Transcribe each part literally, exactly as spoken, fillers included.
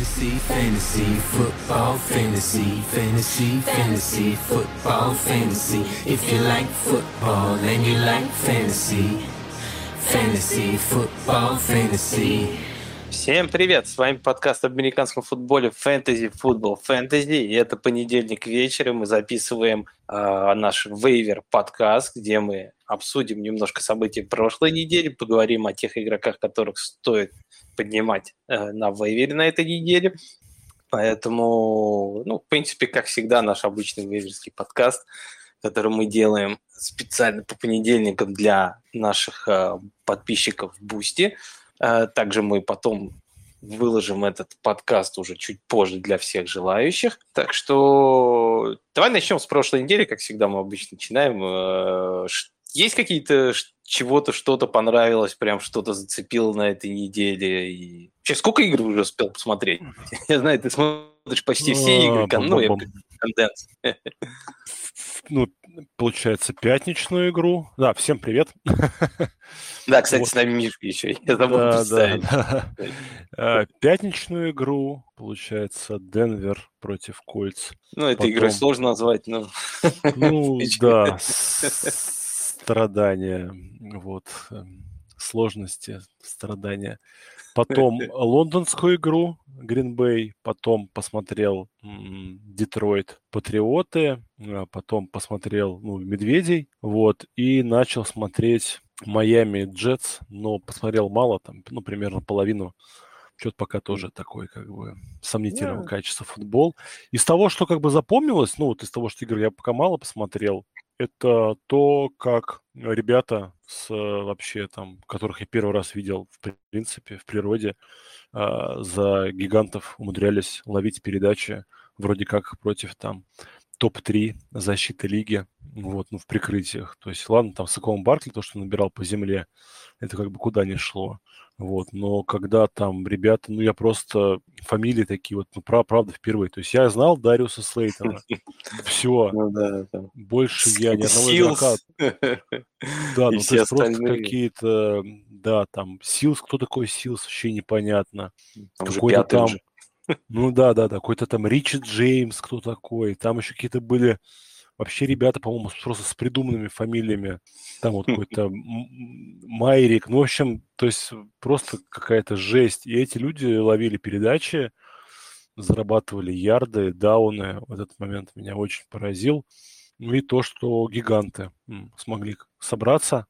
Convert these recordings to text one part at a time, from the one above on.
Fantasy, fantasy, football, fantasy, fantasy, fantasy, football, fantasy. If you like football and you like fantasy, fantasy, football, fantasy. Всем привет! С вами подкаст об американском футболе Fantasy Football Fantasy. И это понедельник вечером. Мы записываем э, наш вейвер подкаст, где мы обсудим немножко событий прошлой недели, поговорим о тех игроках, которых стоит поднимать э, на вейвере на этой неделе. Поэтому, ну, в принципе, как всегда, наш обычный вейверский подкаст, который мы делаем специально по понедельникам для наших э, подписчиков в Бусти. Также мы потом выложим этот подкаст уже чуть позже для всех желающих. Так что давай начнем с прошлой недели, как всегда мы обычно начинаем. Есть какие-то чего-то, что-то понравилось, прям что-то зацепило на этой неделе? И... Вообще, сколько игр уже успел посмотреть? Я знаю, ты смотришь почти все игры, ну, я конденс. Ну, получается, пятничную игру. Да, всем привет. Да, кстати, вот. С нами Мишка еще. Я забыл да, представить. Да, да. Пятничную игру, получается, Денвер против Кольц. Ну, этой Потом... игрой сложно назвать, но... Ну, да, страдания, вот, сложности, страдания. Потом лондонскую игру Green Bay, потом посмотрел Детройт Патриоты, потом посмотрел ну, Медведей, вот, и начал смотреть Майами Джетс, но посмотрел мало, там, ну, примерно половину. Что-то пока тоже такой, как бы, сомнительного yeah. качества футбол. Из того, что как бы запомнилось, ну, вот из того, что игр я пока мало посмотрел, это то, как ребята, с, вообще там, которых я первый раз видел, в принципе, в природе, э, за гигантов умудрялись ловить передачи вроде как против там топ-три защиты лиги, вот, ну, в прикрытиях. То есть, ладно, там Сакон Баркли, то, что набирал по земле, это как бы куда ни шло. Вот, но когда там ребята, ну, я просто, фамилии такие вот, ну, правда, впервые. То есть я знал Дариуса Слейтона. Все. Ну, да, да. Больше я ни одного игрока... Да, ну, то есть просто какие-то, да, там, Силс, кто такой Силс, вообще непонятно. Какой-то там... Ну, да, да, да, какой-то там Ричард Джеймс, кто такой. Там еще какие-то были... Вообще ребята, по-моему, просто с придуманными фамилиями. Там вот какой-то Майрик. Ну, в общем, то есть просто какая-то жесть. И эти люди ловили передачи, зарабатывали ярды, дауны. В этот момент меня очень поразил. Ну и то, что гиганты смогли собраться,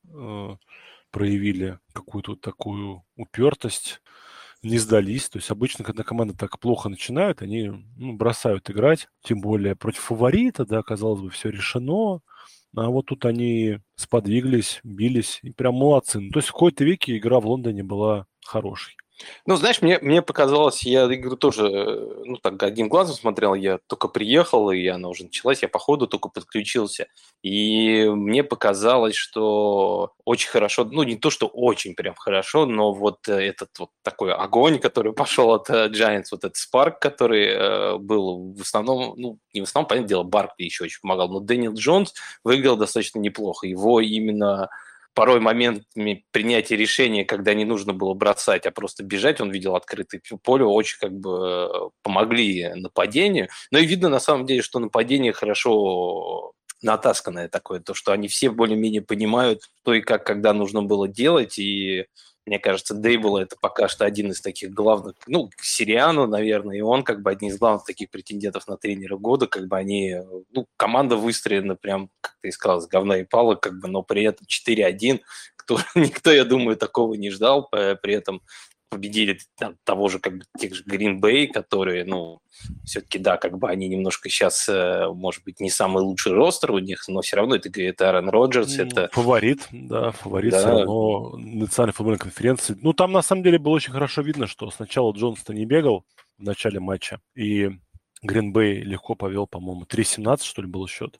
проявили какую-то такую упертость, не сдались. То есть обычно, когда команды так плохо начинают, они ну, бросают играть. Тем более против фаворита, да, казалось бы, все решено. А вот тут они сподвиглись, бились. И прям молодцы. Ну, то есть в какой-то веке игра в Лондоне была хорошей. Ну, знаешь, мне, мне показалось, я игру тоже, ну, так, одним глазом смотрел, я только приехал, и она уже началась, я по ходу только подключился, и мне показалось, что очень хорошо, ну, не то, что очень прям хорошо, но вот этот вот такой огонь, который пошел от Giants, вот этот спарк, который э, был в основном, ну, не в основном, понятное дело, Баркли еще очень помогал, но Дэниел Джонс выиграл достаточно неплохо, его именно... Порой моментами принятия решения, когда не нужно было бросать, а просто бежать, он видел открытое поле, очень как бы помогли нападению. Но и видно на самом деле, что нападение хорошо натасканное такое, то, что они все более-менее понимают, что и как, когда нужно было делать, и мне кажется, Дейбл это пока что один из таких главных, ну, Сириану, наверное, и он как бы один из главных таких претендентов на тренера года, как бы они, ну, команда выстроена прям, как ты сказал, с говна и палок, как бы, но при этом четыре один, кто, никто, я думаю, такого не ждал, при этом победили там, того же, как бы, тех же Green Bay, которые, ну, все-таки, да, как бы они немножко сейчас, может быть, не самый лучший ростер у них, но все равно это, это Аарон Роджерс, это... Фаворит, да, фаворит да. все равно национальной футбольной конференции. Ну, там, на самом деле, было очень хорошо видно, что сначала Джонс-то не бегал в начале матча, и Green Bay легко повел, по-моему, три семнадцать, что ли, был счет.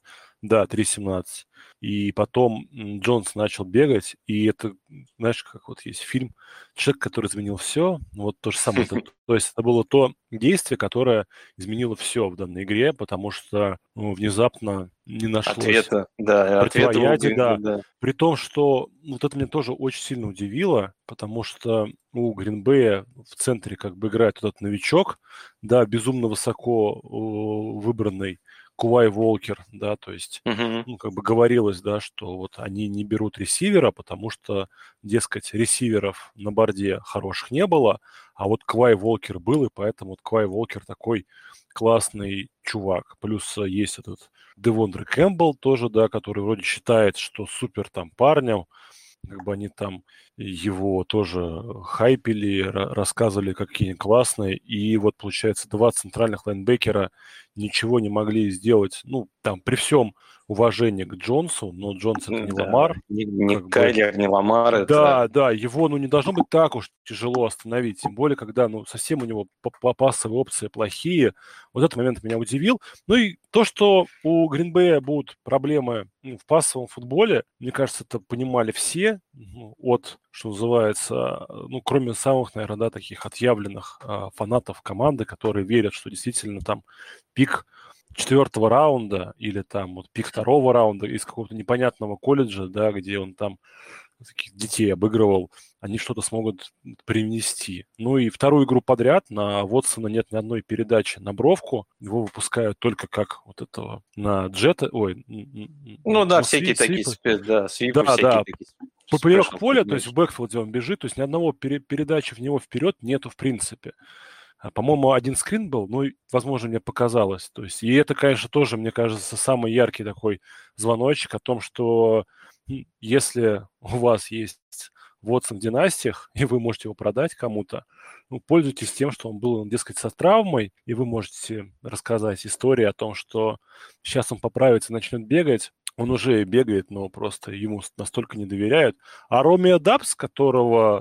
Да, три семнадцать. И потом Джонс начал бегать, и это, знаешь, как вот есть фильм «Человек, который изменил все». Вот то же самое. Это, то есть это было то действие, которое изменило все в данной игре, потому что ну, внезапно не нашлось Ответа, да, ответа у противоядия, Green да. Bay, да. При том, что вот это меня тоже очень сильно удивило, потому что у Гринбея в центре как бы играет вот этот новичок, да, безумно высоко о, выбранный Куай Волкер, да, то есть, Мгм. ну, как бы говорилось, да, что вот они не берут ресивера, потому что, дескать, ресиверов на борде хороших не было, а вот Куай Волкер был, и поэтому вот Куай Волкер такой классный чувак. Плюс э, есть этот Девондре Кэмпбелл тоже, да, который вроде считает, что супер там парнем, как бы они там его тоже хайпили, ра- рассказывали, какие они классные, и вот, получается, два центральных лайнбекера ничего не могли сделать, ну, там, при всем уважении к Джонсу, но Джонс это не Да, Ламар, ни, ни как бы, Кайлер, ни Ламар, это... да, да, его, ну, не должно быть так уж тяжело остановить, тем более, когда, ну, совсем у него по- по- пассовые опции плохие. Вот этот момент меня удивил. Ну и то, что у Гринбея будут проблемы ну, в пассовом футболе, мне кажется, это понимали все, ну, от, что называется, ну, кроме самых, наверное, да, таких отъявленных а, фанатов команды, которые верят, что действительно там пик четвертого раунда или там вот пик второго раунда из какого-то непонятного колледжа, да, где он там таких детей обыгрывал, они что-то смогут привнести. Ну и вторую игру подряд на Вотсона нет ни одной передачи на бровку. Его выпускают только как вот этого на джета, ой, Ну да, ну, всякие сви- такие, свипы. спе- да, свипы, Да, всякие да, такие поперек спешл поля, то есть передачи. в бэкфилде он бежит, то есть ни одного пере- передачи в него вперед нету в принципе. А, По-моему, один скрин был, ну, и, возможно, мне показалось. То есть, и это, конечно, тоже, мне кажется, самый яркий такой звоночек о том, что м, если у вас есть Вотсон в династиях, и вы можете его продать кому-то, ну, пользуйтесь тем, что он был, дескать, со травмой, и вы можете рассказать историю о том, что сейчас он поправится и начнет бегать. Он уже бегает, но просто ему настолько не доверяют. А Ромео Дабс, которого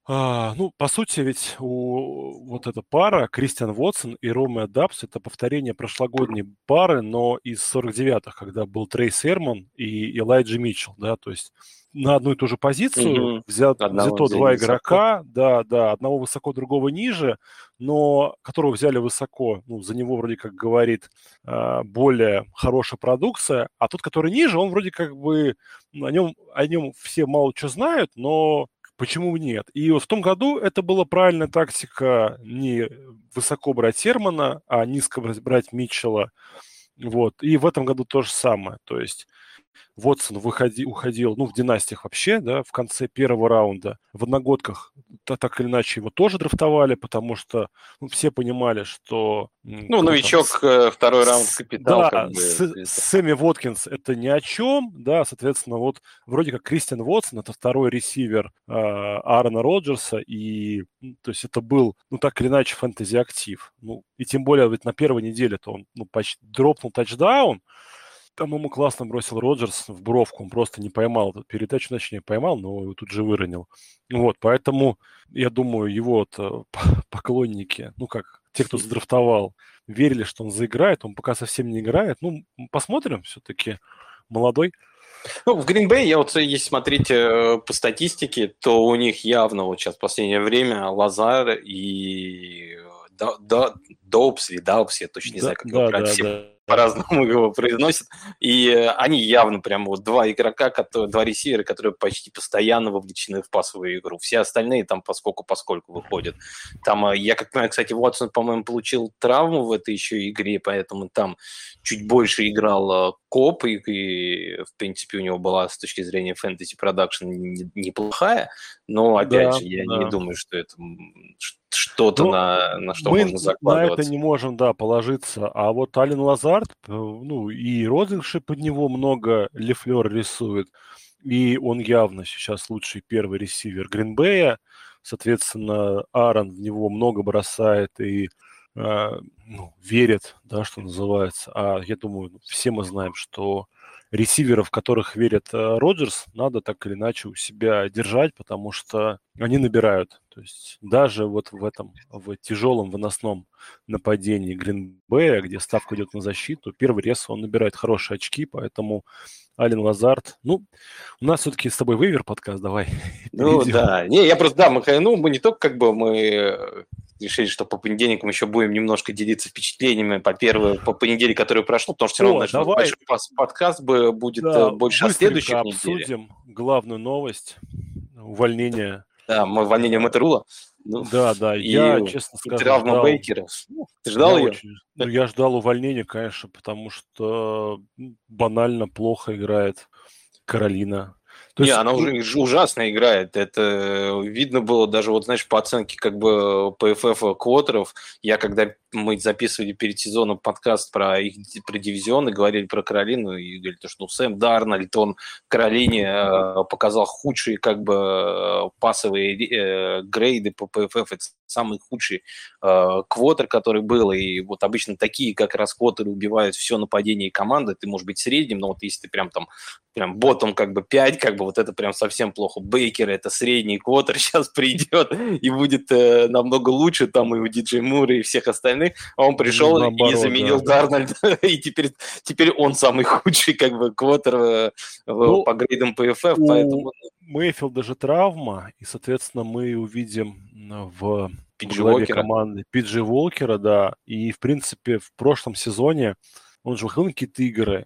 а, ну, по сути, ведь у вот эта пара, Кристиан Вотсон и Ромео Дабс, это повторение прошлогодней пары, но из сорок девятых, когда был Трей Сермон и Элайджа Митчелл, да, то есть на одну и ту же позицию Мгм. взят, Одного взято взяли два высоко. игрока, да, да, одного высоко, другого ниже, но которого взяли высоко, ну, за него вроде как говорит а, более хорошая продукция, а тот, который ниже, он вроде как бы, ну, о нем, о нем все мало что знают, но почему бы нет? И вот в том году это была правильная тактика не высоко брать Сермана, а низко брать брать Митчелла. Вот. И в этом году то же самое. То есть Вотсон выходи, уходил, ну, в династиях вообще, да, в конце первого раунда. В одногодках та- так или иначе его тоже драфтовали, потому что ну, все понимали, что м, Ну, кто там, новичок, э, второй раунд с- капитал, как да, бы. с, Это. Сэмми Воткинс это ни о чем, да, соответственно, вот вроде как Кристиан Вотсон это второй ресивер э, Аарона Роджерса, и, ну, то есть это был, ну, так или иначе, фэнтези-актив. Ну, и тем более ведь на первой неделе-то он, ну, почти дропнул тачдаун, там ему классно бросил Роджерс в бровку, он просто не поймал эту передачу, точнее поймал, но его тут же выронил. Вот, поэтому, я думаю, его вот, поклонники, ну как, те, кто задрафтовал, верили, что он заиграет, он пока совсем не играет. Ну, посмотрим, все-таки молодой. Ну, в Green Bay, я вот, если смотреть э, по статистике, то у них явно вот сейчас в последнее время Лазар и Да- Да- Доупс или Даупс, я точно не Да, знаю, как его да, правильно, да, все да. по-разному его произносят. И э, они явно прям вот два игрока, которые, два ресивера, которые почти постоянно вовлечены в пассовую игру. Все остальные там поскольку поскольку выходят. Там, э, я как понимаю, кстати, Уотсон, по-моему, получил травму в этой еще игре, поэтому там чуть больше играл э, Коп, и, и, в принципе, у него была с точки зрения фэнтези-продакшн неплохая, но, опять Да, же, я не да. думаю, что это м, ш- что-то, Ну, на, на что мы можно на это закладываться. не можем, да, положиться. А вот Ален Лазард, э, ну, и розыгрышей под него много Лефлер рисует. И он явно сейчас лучший первый ресивер Гринбея. Соответственно, Аарон в него много бросает и э, ну, верит, да, что называется. А я думаю, все мы знаем, что ресиверов, в которых верит э, Роджерс, надо так или иначе у себя держать, потому что они набирают. То есть даже вот в этом, в тяжелом выносном нападении Грин-Бэя, где ставка идет на защиту, первый рез, он набирает хорошие очки, поэтому Ален Лазард. Ну, у нас все-таки с тобой вейвер подкаст, давай. Ну, перейдем. Да. Не, я просто, да, мы, ну, мы не только как бы мы решили, что по понедельникам еще будем немножко делиться впечатлениями по первой, по понедельнику, который прошел, потому что все равно наш большой подкаст будет да, больше о следующих неделях. Обсудим главную новость, увольнение. Да, увольнение Мэтта Рула. Ну, да, да, я, честно скажу, травма ждал, Бейкера. Ты ждал ее? Очень, ну, я ждал увольнения, конечно, потому что банально плохо играет Каролина. То не, есть... она уже ужасно играет. Это видно было даже, вот знаешь, по оценке как бы пэ эф эф квотеров. Я, когда мы записывали перед сезоном подкаст про их про дивизион и говорили про Каролину, и говорили, что ну, Сэм Дарнольд, он в Каролине э, показал худшие как бы пасовые э, грейды по пэ эф эф. Это самый худший э, квотер, который был. И вот обычно такие как раз квотеры убивают все нападение команды. Ты можешь быть средним, но вот если ты прям там прям ботом как бы пять, как бы вот это прям совсем плохо. Бейкер это средний квотер, сейчас придет и будет э, намного лучше там и у Диджей Мура и всех остальных. А он пришел наоборот, и заменил да. Дарнольда, и теперь, теперь он самый худший как бы квотер э, ну, по грейдам пэ эф эф. У поэтому... Мэйфилда же травма, и, соответственно, мы увидим в главе команды Пиджи Волкера, да, и, в принципе, в прошлом сезоне он же выходил на какие-то игры,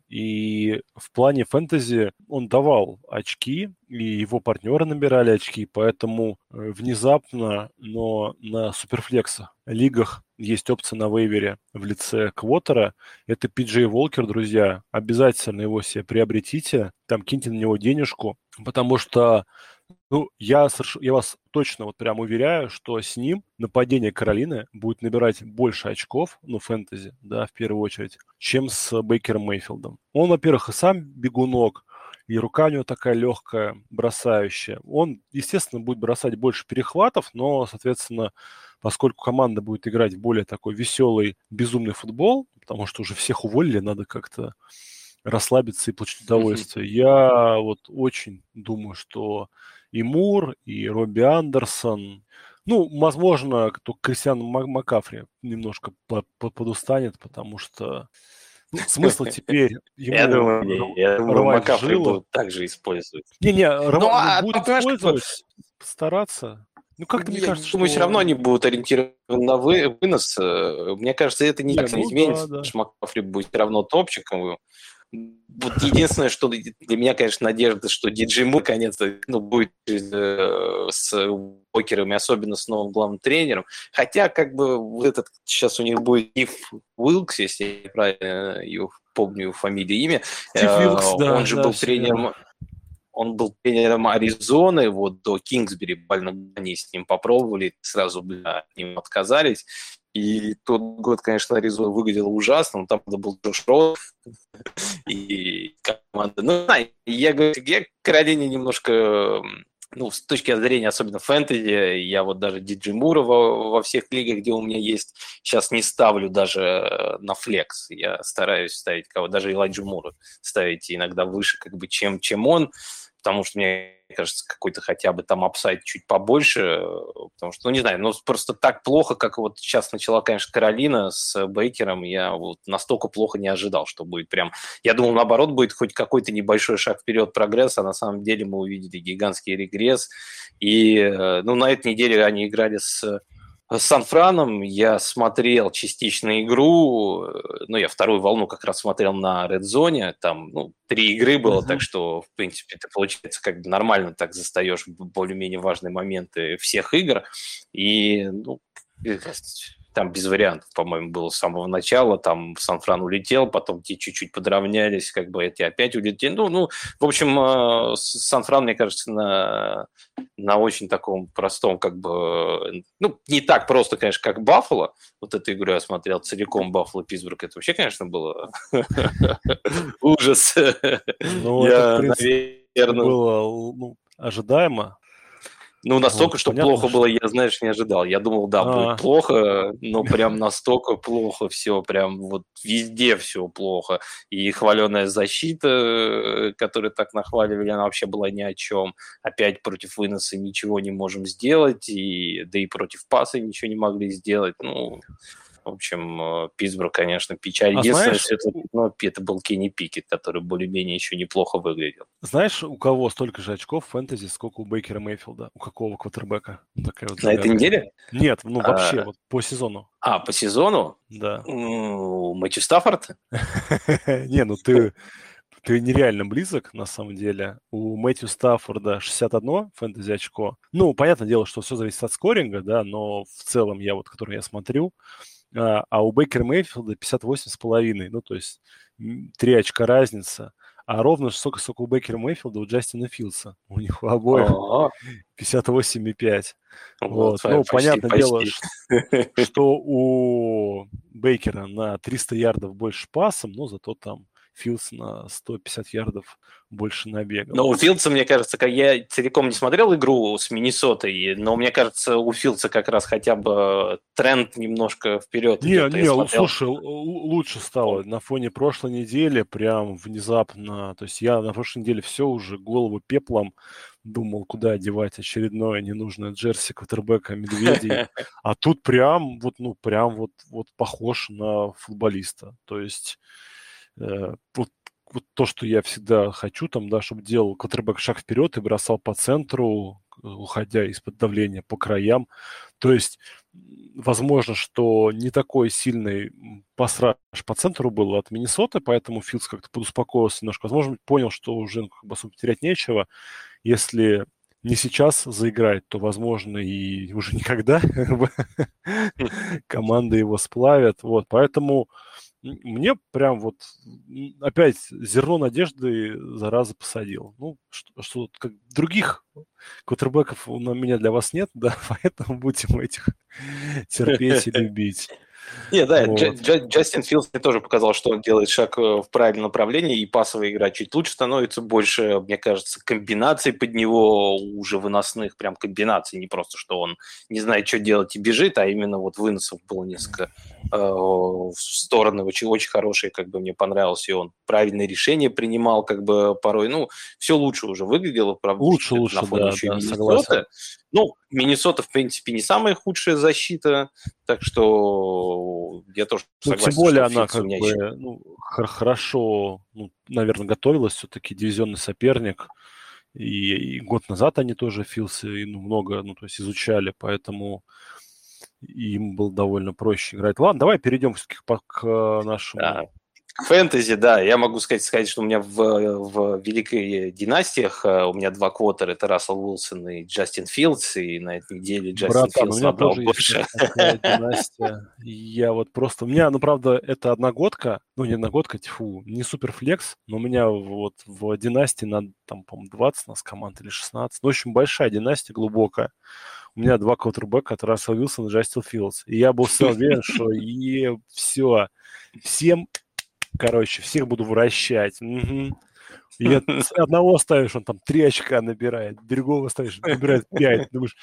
и в плане фэнтези он давал очки, и его партнеры набирали очки, поэтому внезапно, но на суперфлекса лигах есть опция на вейвере в лице квотера. Это Пи Джей Волкер, друзья. Обязательно его себе приобретите, там киньте на него денежку, потому что ну, я, я вас точно вот прям уверяю, что с ним нападение Каролины будет набирать больше очков, ну, фэнтези, да, в первую очередь, чем с Бейкером Мейфилдом. Он, во-первых, и сам бегунок, и рука у него такая легкая, бросающая. Он, естественно, будет бросать больше перехватов, но, соответственно, поскольку команда будет играть в более такой веселый, безумный футбол, потому что уже всех уволили, надо как-то расслабиться и получить удовольствие. Я вот очень думаю, что и Мур, и Робби Андерсон, ну, возможно, кто Кристиан Маккафри немножко подустанет, потому что ну, смысл теперь ему я думаю, я думаю Маккафри будут также использовать. Не-не, рв... будет использовать, стараться. Ну, как-то, мне я кажется, думаю, что... все равно они будут ориентированы на вынос. Мне кажется, это никак не, не ну, изменится, да, потому да. что Маккафри будет все равно топчиком. Вот единственное, что для меня, конечно, надежда, что Диджей Мур наконец-то ну, будет э, с Уокером, и особенно с новым главным тренером. Хотя, как бы, вот этот сейчас у них будет Стив Уилкс, если я правильно его помню фамилию, имя. Стив э, Уилкс, да. Он же да, был тренером... Он был тренером Аризоны, вот до Кингсбери, буквально они с ним попробовали, сразу бля, от него отказались. И тот год, конечно, Аризона выглядела ужасно, но там был Джош Роуз и команда. Ну, я говорю, я к Каролине немножко, ну, с точки зрения особенно фэнтези, я вот даже Диджей Мура во, во всех лигах, где у меня есть, сейчас не ставлю даже на флекс. Я стараюсь ставить кого, даже Элайджу Мура ставить иногда выше, как бы, чем, чем он, потому что мне кажется, какой-то хотя бы там апсайд чуть побольше, потому что, ну, не знаю, ну, просто так плохо, как вот сейчас начала, конечно, Каролина с Бейкером, я вот настолько плохо не ожидал, что будет прям... Я думал, наоборот, будет хоть какой-то небольшой шаг вперед прогресс, а на самом деле мы увидели гигантский регресс, и, ну, на этой неделе они играли с... С Сан-Франом я смотрел частично игру, ну, я вторую волну как раз смотрел на Red Zone, там, ну, три игры было, uh-huh. так что, в принципе, это получается как бы нормально так застаешь более-менее важные моменты всех игр, и, ну, там без вариантов, по-моему, было с самого начала, там Сан-Фран улетел, потом те чуть-чуть подравнялись, как бы эти опять улетели, ну, ну, в общем, Сан-Фран, мне кажется, на, на очень таком простом, как бы, ну, не так просто, конечно, как Баффало, вот эту игру я смотрел целиком, Баффало-Питтсбург, это вообще, конечно, было ужас. Ну, это, в принципе, было ожидаемо. Ну, настолько, Вот, что понятно, плохо что... было, я, знаешь, не ожидал. Я думал, да, будет А, плохо, но прям настолько плохо все, прям вот везде все плохо. И хваленая защита, э, которую так нахваливали, она вообще была ни о чем. Опять против выноса ничего не можем сделать, и, да и против паса ничего не могли сделать. Ну, в общем, э, Питтсбург, конечно, печаль. а Единственное знаешь, светлое у- пятно, это был Кенни Пикет, который более-менее еще неплохо выглядел. знаешь, у кого столько же очков в фэнтези, сколько у Бейкера Мейфилда? У какого квотербека? Такая вот На этой загадка. неделе? Нет, ну вообще, А, вот по сезону. а, по сезону? Да. Ну, Мэтью Стаффорд? Не, ну ты, ты нереально близок, на самом деле. У Мэтью Стаффорда шестьдесят одно фэнтези очко. Ну, понятное дело, что все зависит от скоринга, да, но в целом я вот, который я смотрю, а, а у Бейкера Мейфилда пятьдесят восемь с половиной, ну, то есть три очка разница. А ровно столько, сколько у Бейкера Мейфилда, у Джастина Филдса. У них у обоих О, пятьдесят восемь и пять. вот, Вот. Ну, почти, понятное дело, почти. ш- что у Бейкера на триста ярдов больше пасом, но зато там Филдс на сто пятьдесят ярдов больше набегом. Но у Филдса, мне кажется, как я целиком не смотрел игру с Миннесотой, но мне кажется, у Филдса как раз хотя бы тренд немножко вперед Не, идет. Я не, л- смотрел. слушай, л- л- лучше стало на фоне прошлой недели, прям внезапно. То есть я на прошлой неделе все уже голову пеплом думал, куда одевать очередное ненужное джерси квотербека Медведей. А тут прям вот, ну, прям вот, вот похож на футболиста. То есть э, вот, вот то, что я всегда хочу, там, да, чтобы делал квотербек шаг вперед и бросал по центру, э, уходя из-под давления по краям. То есть, м, возможно, что не такой сильный м, пас-раш по центру был от Миннесоты, поэтому Филдс как-то подуспокоился немножко. Возможно, понял, что уже ну, как бы особо терять нечего. Если не сейчас заиграет, то, возможно, и уже никогда команда его сплавят. Вот, поэтому м, мне прям вот м, опять зерно надежды зараза посадил. Ну, что, что вот как других квотербеков у меня для вас нет, да, поэтому будем этих терпеть и любить. Не, да, Дж- Вот. Дж- Джастин Филдс мне тоже показал, что он делает шаг э, в правильном направлении, и пасовая игра чуть лучше становится, больше, мне кажется, комбинаций под него, уже выносных прям комбинаций, не просто, что он не знает, что делать и бежит, а именно вот выносов было несколько э, в стороны очень, очень хорошие, как бы мне понравилось, и он правильные решения принимал, как бы порой, ну, все лучше уже выглядело, правда, Лучше, это на лучше, фоне да, еще и да, согласен. Миннесоты. Ну, Миннесота, в принципе, не самая худшая защита, так что я тоже Ну, тем согласен, более что она Филдс у как меня бы, еще... ну, хор- хорошо, ну, наверное, готовилась, все-таки дивизионный соперник. И, и год назад они тоже Филсы, ну, много, ну, то есть изучали, поэтому им было довольно проще играть. Ладно, давай перейдем все-таки к Да. нашему... Фэнтези, да, я могу сказать, сказать, что у меня в, в Великой Династиях э, у меня два квотера, это Рассел Уилсон и Джастин Филдс, и на этой неделе Джастин Братан, у Филдс меня набрал тоже есть больше. такая династия. Я вот просто... У меня, ну, правда, это одногодка, ну, не одногодка, тьфу, не суперфлекс, но у меня вот в династии на, там, по-моему, двадцать у нас команд или шестнадцать. Ну, в общем, большая династия, глубокая. У меня два квотербека, это Рассел Уилсон и Джастин Филдс. И я был сам уверен, что е, все, всем, короче, всех буду вращать. Мгм. И от одного ставишь, он там три очка набирает, другого ставишь, набирает пять. Думаешь...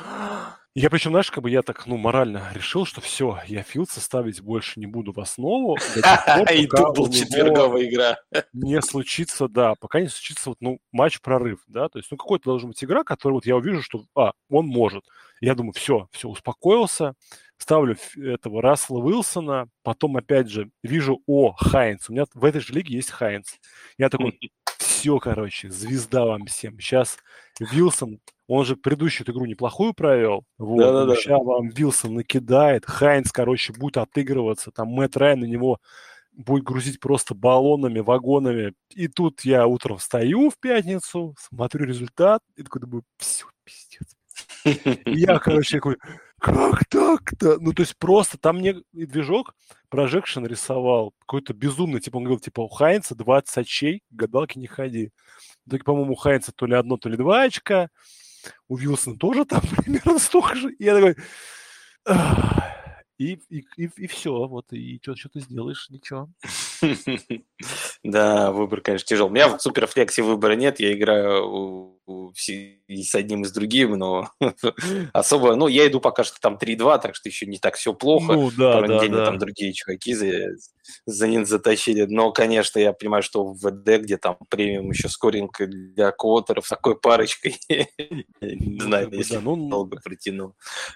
Я причем, знаешь, как бы я так, ну, морально решил, что все, я Филдса ставить больше не буду в основу до тех пор, И пока тут был у него четверговая игра. не случится, да, пока не случится вот, ну, матч-прорыв, да, то есть, ну, какой-то должна быть игра, которую вот я увижу, что, а, он может. Я думаю, все, все, успокоился, ставлю ф- этого Рассела Уилсона, потом, опять же, вижу, о, Хайнц, у меня в этой же лиге есть Хайнц. Я такой, все, короче, звезда вам всем. Сейчас Вилсон, он же предыдущую эту игру неплохую провел, вот, Да-да-да. сейчас вам Вилсон накидает, Хайнц, короче, будет отыгрываться, там Мэтт Райан на него будет грузить просто баллонами, вагонами. И тут я утром встаю в пятницу, смотрю результат, и такой думаю, все, пиздец. И я, короче, такой, как так-то? Ну, то есть просто там мне и движок Projection рисовал какой-то безумный, типа он говорил, типа у Хайнца двадцать очей, гадалки не ходи. В итоге, по-моему, у Хайнца то ли одно, то ли два очка, у Вилсона тоже там примерно столько же. И я такой... И, и, и, и все, вот, и что, что ты сделаешь? Ничего. Да, выбор, конечно, тяжелый. У меня в Суперфлексе выбора нет, я играю и с одним, и с другим, но особо... Ну, я иду пока что там три-два, так что еще не так все плохо. Ну, да, Пару да, недель мне там да. другие чуваки за, за ним затащили. Но, конечно, я понимаю, что в ВД, где там премиум еще скоринг для квотеров, с такой парочкой, не Ну, знаю, как бы, если да, ну, долго протянул.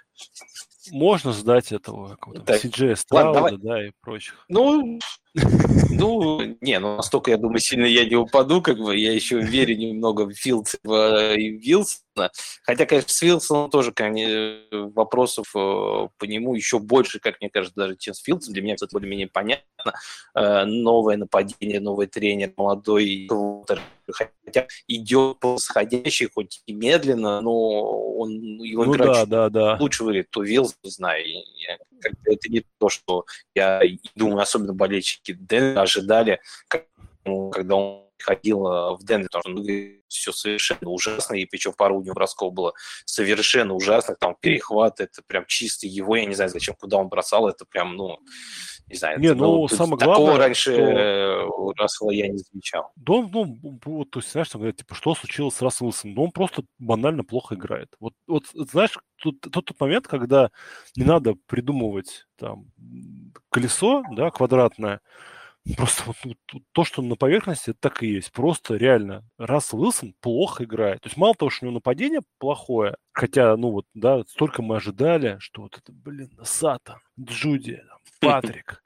можно сдать этого какого-то Так, Си Джей ладно, давай. Страуда, да, и прочих. Ну, ну, не, ну настолько, я думаю, сильно я не упаду, как бы, я еще верю немного в Филдса и Вилсона, хотя, конечно, с Вилсоном тоже конечно, вопросов э, по нему еще больше, как мне кажется, даже чем с Филдсом, для меня это более-менее понятно, э, новое нападение, новый тренер, молодой, хотя идет по восходящей, хоть и медленно, но он его Ну, игра да, чуть да, да. лучше выглядит, то Вилс, не знаю, я, как бы это не то, что я думаю, особенно болельщики Денвера ожидали, как, ну, когда он ходил в Денвер, потому что ну, все совершенно ужасно, и причем пару у него бросков было совершенно ужасно, там перехват, это прям чисто его, я не знаю, зачем, куда он бросал, это прям, ну, не знаю, Не, это, ну, ну, самое такого главное, раньше что... у Рассела я не замечал. Да он, ну, вот, то есть, знаешь, там говорят, типа, что случилось с Расселом Уилсоном? Да он просто банально плохо играет. Вот, вот знаешь, тут тот, тот момент, когда не надо придумывать там колесо, да, квадратное, просто вот, вот, то, что на поверхности, это так и есть. Просто реально Рассел Уилсон плохо играет. То есть мало того, что у него нападение плохое, хотя, ну вот, да, столько мы ожидали, что вот это, блин, Сатан, Джуди, там, Патрик.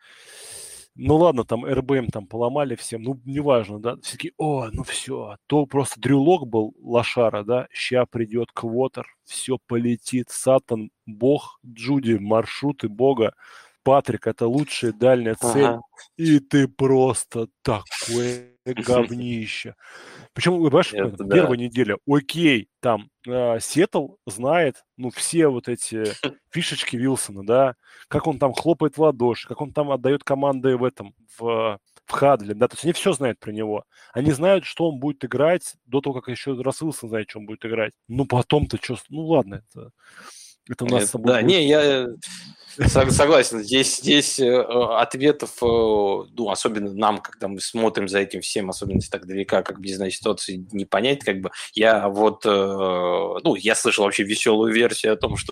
Ну ладно, там эр бэ эм там поломали всем, ну неважно, да, все такие, о, ну все, то просто Дрю Лок был лошара, да, ща придет Квотер, все полетит, Сатан, бог, Джуди, маршруты бога, Патрик, это лучшая дальняя цель, ага. И ты просто такое говнище. Причем, вы понимаешь, это, да. Первая неделя, окей, там, э, Сиэтл знает, ну, все вот эти фишечки Вилсона, да, как он там хлопает в ладоши, как он там отдает команды в этом, в, в хадле, да, то есть они все знают про него. Они знают, что он будет играть до того, как еще раз Вилсон знает, что он будет играть. Ну, потом-то что, ну, ладно, это... Это у нас это, с тобой да, будет... не, я согласен. Здесь, здесь ответов, ну, особенно нам, когда мы смотрим за этим всем, особенно если так далека, как бы, не знаю, ситуации, не понять, как бы. Я вот, ну, я слышал вообще веселую версию о том, что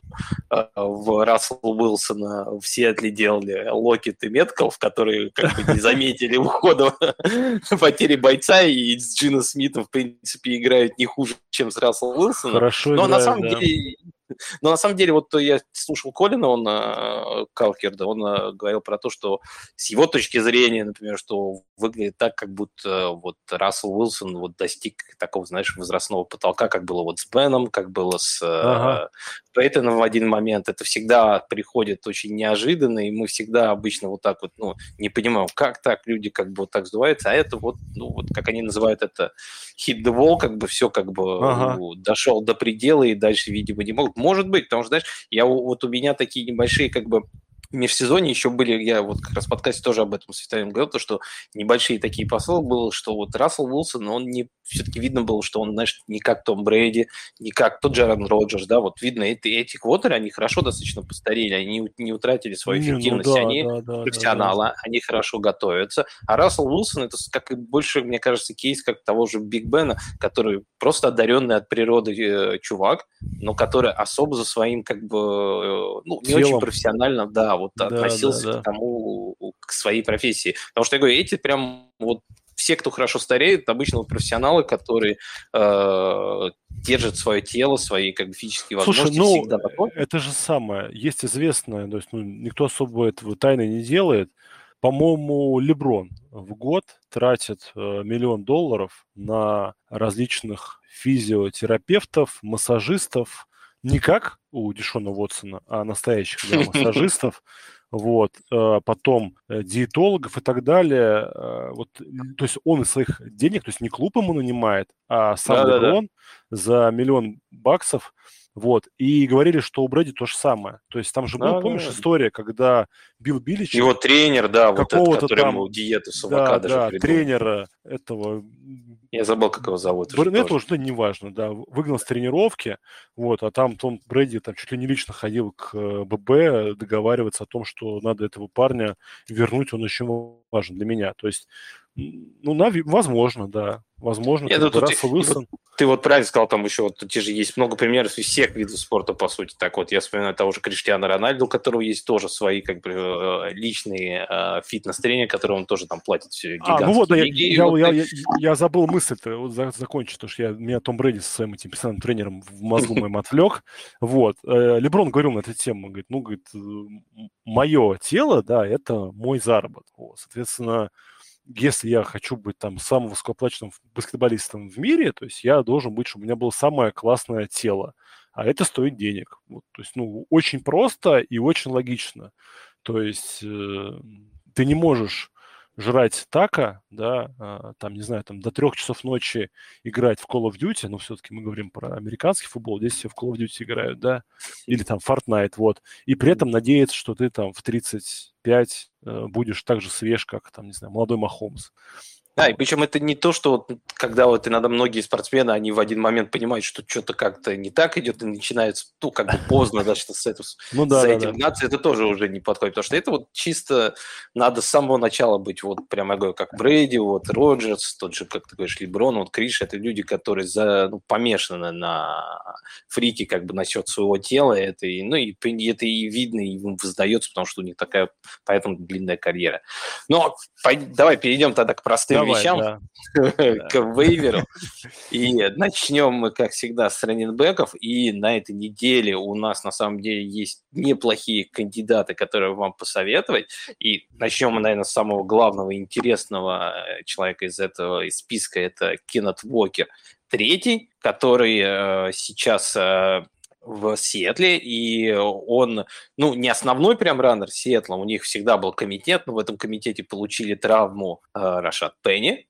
в Рассела Уилсона в Сиэтле делали Локет и Меткалф, которые как бы не заметили ухода потери бойца, и с Джино Смитом, в принципе, играют не хуже, чем с Расселом Уилсоном. Хорошо Но играют, на самом да. деле... Но на самом деле, вот я слушал Колина, он, Калкерда, он говорил про то, что с его точки зрения, например, что выглядит так, как будто вот Рассел Уилсон вот достиг такого, знаешь, возрастного потолка, как было вот с Беном, как было с ага. Пейтоном в один момент. Это всегда приходит очень неожиданно, и мы всегда обычно вот так вот, ну, не понимаем, как так люди как бы вот так сдуваются, а это вот, ну, вот как они называют это, hit the wall, как бы все как бы ага. ну, дошел до предела, и дальше, видимо, не могут. Может быть, потому что, знаешь, я, вот у меня такие небольшие как бы межсезонье еще были, я вот как раз в подкасте тоже об этом с Виталием говорил, то, что небольшие такие посылы было, что вот Рассел Уилсон, он не, все-таки видно было, что он, знаешь, не как Том Брэди, не как тот же Аарон Роджерс, да, вот видно, эти, эти квотеры, они хорошо достаточно постарели, они не, не утратили свою эффективность, не, ну да, они да, да, профессионалы, да, да. Они хорошо готовятся, а Рассел Уилсон, это как и больше, мне кажется, кейс как того же Биг Бена, который просто одаренный от природы э, чувак, но который особо за своим, как бы, э, ну, не Телом. Очень профессионально, да, вот да, относился да, да. к тому, к своей профессии. Потому что я говорю, эти прям вот все, кто хорошо стареет, обычно вот профессионалы, которые э, держат свое тело, свои как бы физические возможности. Слушай, ну, всегда такое. Это же самое. Есть известное, то есть ну, никто особо этого тайны не делает. По-моему, Леброн в год тратит э, миллион долларов на различных физиотерапевтов, массажистов, не как у Дешона Уотсона, а настоящих да, массажистов, вот, потом диетологов и так далее. Вот, то есть он из своих денег, то есть не клуб ему нанимает, а сам да, Леброн да, да. за миллион баксов. Вот, и говорили, что у Брэди то же самое. То есть там же да, был, помнишь, да. история, когда Билл Биличек... Его тренер, да, вот этот, который там, ему диету с авокадо да, же да, тренера этого Я забыл, как его зовут. Барнетт уже не важно, да, выгнал с тренировки, вот, а там Том Брэди там чуть ли не лично ходил к ББ договариваться о том, что надо этого парня вернуть, он очень важен для меня. То есть, ну, возможно, да, возможно, Нет, как бы тут Рассел Уилсон... Ты вот правильно сказал, там еще вот те же есть много примеров из всех видов спорта, по сути. Так вот, я вспоминаю того же Криштиану Рональду, у которого есть тоже свои как бы личные э, фитнес-тренеры, которые он тоже там платит гигантские а, ну вот, да, я, я, вот я, ты... я, я забыл мысль-то вот, закончить, потому что я, меня Том Брэди со своим этим персональным тренером в мозгу моим отвлек. Вот. Леброн говорил на эту тему, говорит, ну, говорит, мое тело, да, это мой заработок. Вот. Соответственно, если я хочу быть там самым высокооплаченным баскетболистом в мире, то есть я должен быть, чтобы у меня было самое классное тело, а это стоит денег. Вот, то есть, ну, очень просто и очень логично. То есть э, ты не можешь жрать тако, да, а, там, не знаю, там до трех часов ночи играть в Call of Duty, но все-таки мы говорим про американский футбол, здесь все в Call of Duty играют, да, или там Fortnite, вот, и при этом надеяться, что ты там в тридцать пять э, будешь так же свеж, как, там, не знаю, молодой Махомс. Да, и причем это не то, что вот, когда вот иногда многие спортсмены, они в один момент понимают, что что-то как-то не так идет, и начинается, ну, как бы поздно, да, что с этим, ну, да, за да, этим гнаться, да. Это тоже уже не подходит, потому что это вот чисто надо с самого начала быть, вот прямо, я говорю, как Брэди, вот Роджерс, тот же, как ты говоришь, Леброн, вот Криш, это люди, которые за, ну, помешаны на фрике, как бы, насчет своего тела, это, и, ну, и это и видно, и воздается, потому что у них такая, поэтому длинная карьера. Но давай перейдем тогда к простым Давай, вещам, да. к вейверу. И начнем мы, как всегда, с раннинбеков. И на этой неделе у нас, на самом деле, есть неплохие кандидаты, которые вам посоветовать. И начнем мы, наверное, с самого главного и интересного человека из этого из списка. Это Кеннет Уокер, третий, который э, сейчас... Э, в Сиэтле, и он, ну, не основной прям раннер Сиэтла, у них всегда был комитет, но в этом комитете получили травму э, Рашад Пенни.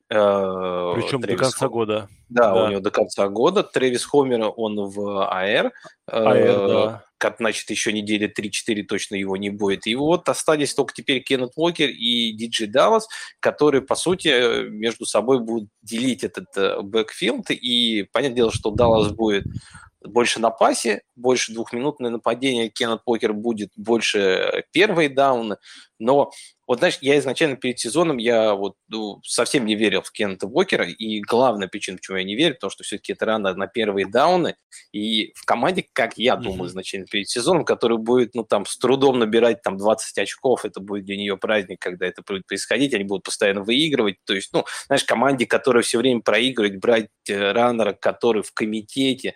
Э, Причем Трэвис до конца Хом... года. Да, да, у него до конца года. Трэвис Хомер, он в АР. АР, э, да. Как, значит, еще недели три-четыре точно его не будет. И вот остались только теперь Кеннет Уокер и Диджей Даллас, которые, по сути, между собой будут делить этот э, бэкфилд, и понятное дело, что Даллас будет больше на пасе, больше двухминутное нападение, Кеннет Уокер будет больше первые дауны, но вот, знаешь, я изначально перед сезоном, я вот ну, совсем не верил в Кеннета Уокера, и главная причина, почему я не верю, потому что все-таки это рано на первые дауны, и в команде, как я думал изначально перед сезоном, который будет, ну, там, с трудом набирать, там, двадцать очков, это будет для нее праздник, когда это будет происходить, они будут постоянно выигрывать, то есть, ну, знаешь, команде, которая все время проигрывает, брать раннера, который в комитете,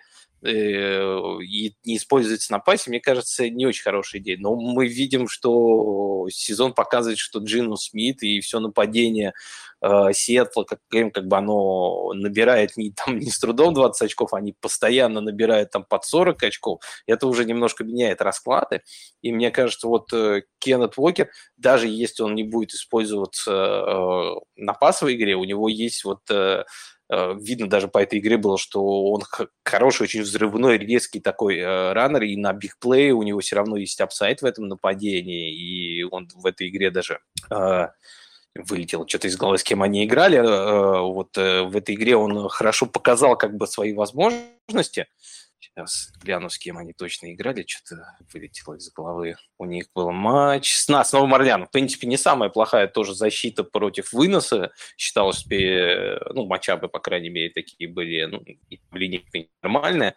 и не используется на пасе, мне кажется, не очень хорошая идея. Но мы видим, что сезон показывает, что Джину Смит и все нападение э, Сиэтла, как, как бы оно набирает не, там, не с трудом двадцать очков, они постоянно набирают там под сорок очков. Это уже немножко меняет расклады. И мне кажется, вот э, Кеннет Уокер, даже если он не будет использоваться э, на пасовой игре, у него есть вот... Э, видно даже по этой игре было, что он хороший, очень взрывной, резкий такой э, раннер, и на бигплее у него все равно есть апсайд в этом нападении, и он в этой игре даже э, вылетел что-то из головы, с кем они играли. Э, вот э, в этой игре он хорошо показал как бы свои возможности. Сейчас гляну, с кем они точно играли. Что-то вылетело из головы. У них был матч с, на, с Новым Орлеаном. В принципе, не самая плохая тоже защита против выноса. Считалось, что, ну, матчапы, по крайней мере, такие были, ну, линейки нормальные.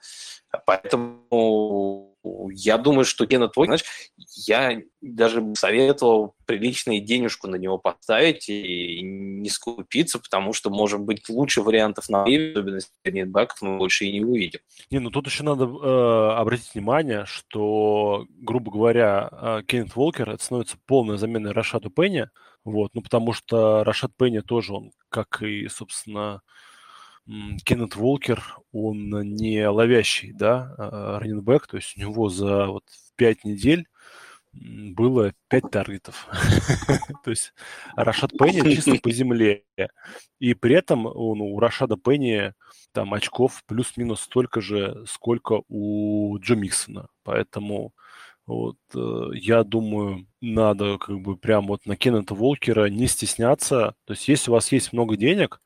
Поэтому я думаю, что Кеннет Уокер, знаешь, я даже советовал приличную денежку на него поставить и не скупиться, потому что, может быть, лучше вариантов на особенно раннинбеков мы больше и не увидим. Не, ну тут еще надо э, обратить внимание, что, грубо говоря, э, Кеннет Уокер это становится полной заменой Рашаду Пенни, вот, ну потому что Рашад Пенни тоже, он, как и, собственно, Кеннет Уокер, он не ловящий, да, раннинбэк, то есть у него за вот пять недель было пять таргетов. То есть Рашад Пенни чисто по земле. И при этом у Рашада Пенни там очков плюс-минус столько же, сколько у Джо Миксона. Поэтому вот, я думаю, надо как бы прям вот на Кеннета Уокера не стесняться. То есть если у вас есть много денег,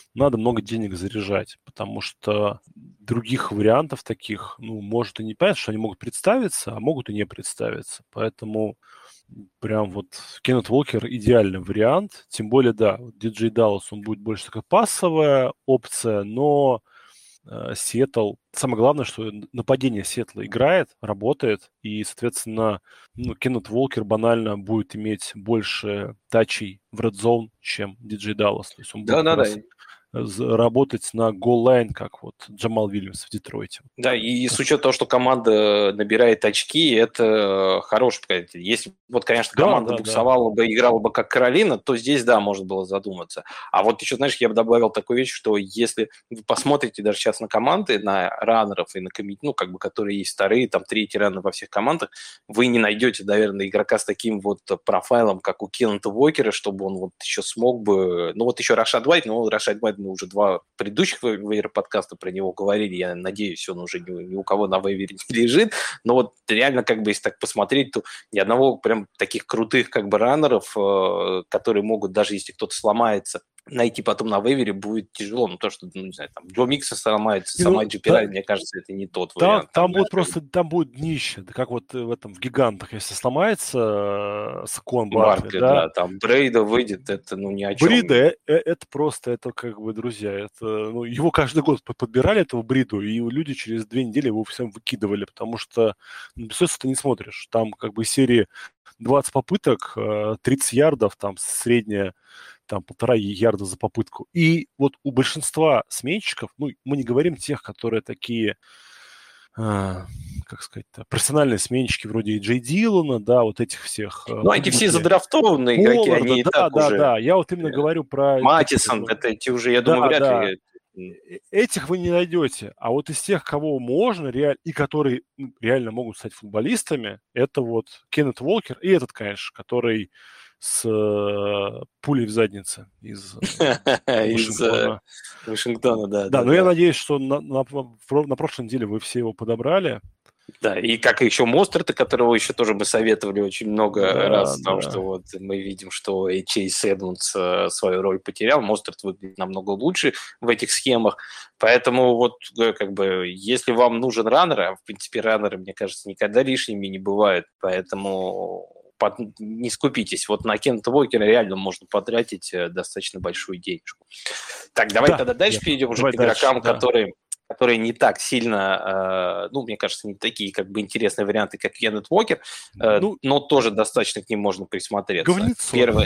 надо много денег заряжать, потому что других вариантов таких, ну, может и не понятно, что они могут представиться, а могут и не представиться. Поэтому прям вот Кеннет Уокер идеальный вариант. Тем более, да, вот Диджей Даллас, он будет больше такая пассовая опция, но э, Сиэтл, самое главное, что нападение Сиэтла играет, работает, и, соответственно, ну, Кеннет Уокер банально будет иметь больше тачей в Red Zone, чем Диджей Даллас. То есть он будет как Да-да-да. раз работать на гол-лайн, как вот Джамал Вильямс в Детройте. Да, и с учетом того, что команда набирает очки, это хороший показатель. Если вот, конечно, Да, команда да, буксовала бы, играла бы как Каролина, то здесь, да, можно было задуматься. А вот еще, знаешь, я бы добавил такую вещь, что если вы посмотрите даже сейчас на команды, на раннеров и на комит, ну, как бы, которые есть вторые, там, третьи раннеры во всех командах, вы не найдете, наверное, игрока с таким вот профайлом, как у Кеннета Уокера, чтобы он вот еще смог бы... Ну, вот еще Рашад Уайт, но Рашад Уайт мы уже два предыдущих вейвер-подкаста про него говорили, я надеюсь, он уже ни, ни у кого на вейвере не лежит, но вот реально, как бы, если так посмотреть, то ни одного прям таких крутых, как бы, раннеров, э, которые могут, даже если кто-то сломается, найти потом на вейвере будет тяжело, ну, то, что, ну, не знаю, там, Джо Микса сломается, сама Джи Пи Райт, да, мне кажется, это не тот там, вариант. Там, там будет просто, там будет днище, как вот в этом, в Гигантах, если сломается Сакон Баркли, Баркли, да, да, там Брейда выйдет, это, ну, ни о чем. Брида, э, э, это просто, это как бы, друзья, это, ну, его каждый год подбирали, этого Бриду, и люди через две недели его всем выкидывали, потому что, ну, без ты не смотришь, там как бы серии двадцать попыток, тридцать ярдов, там средняя, там полтора ярда за попытку. И вот у большинства сменщиков, ну, мы не говорим тех, которые такие, а, как сказать, профессиональные сменщики вроде Джей Дилана, да, вот этих всех. Ну, эти все задрафтованные игроки, Полларда, они и да, так да, уже... Да, я вот именно говорю про... Матисон, это эти уже, я да, думаю, вряд да. ли... Этих вы не найдете. А вот из тех, кого можно, реаль... и которые реально могут стать футболистами, это вот Кеннет Уокер и этот, конечно, который с э, пулей в заднице из Вашингтона. Из Вашингтона, да. Да, но я надеюсь, что на, на, на прошлой неделе вы все его подобрали. Да, и как еще Мостерта, которого еще тоже мы советовали очень много да, раз, да. Потому что вот мы видим, что Чейз Эдмундс свою роль потерял, Мостерт выглядит намного лучше в этих схемах, поэтому вот как бы если вам нужен раннер, а в принципе раннеры, мне кажется, никогда лишними не бывают, поэтому под... не скупитесь. Вот на Кеннета Уокера реально можно потратить достаточно большую денежку. Так, давай да, тогда дальше да. перейдем уже к игрокам, дальше, которые... Да. которые не так сильно, э, ну, мне кажется, не такие как бы интересные варианты, как Кеннет Уокер, э, ну, но тоже достаточно к ним можно присмотреться. Говнецо. Первое.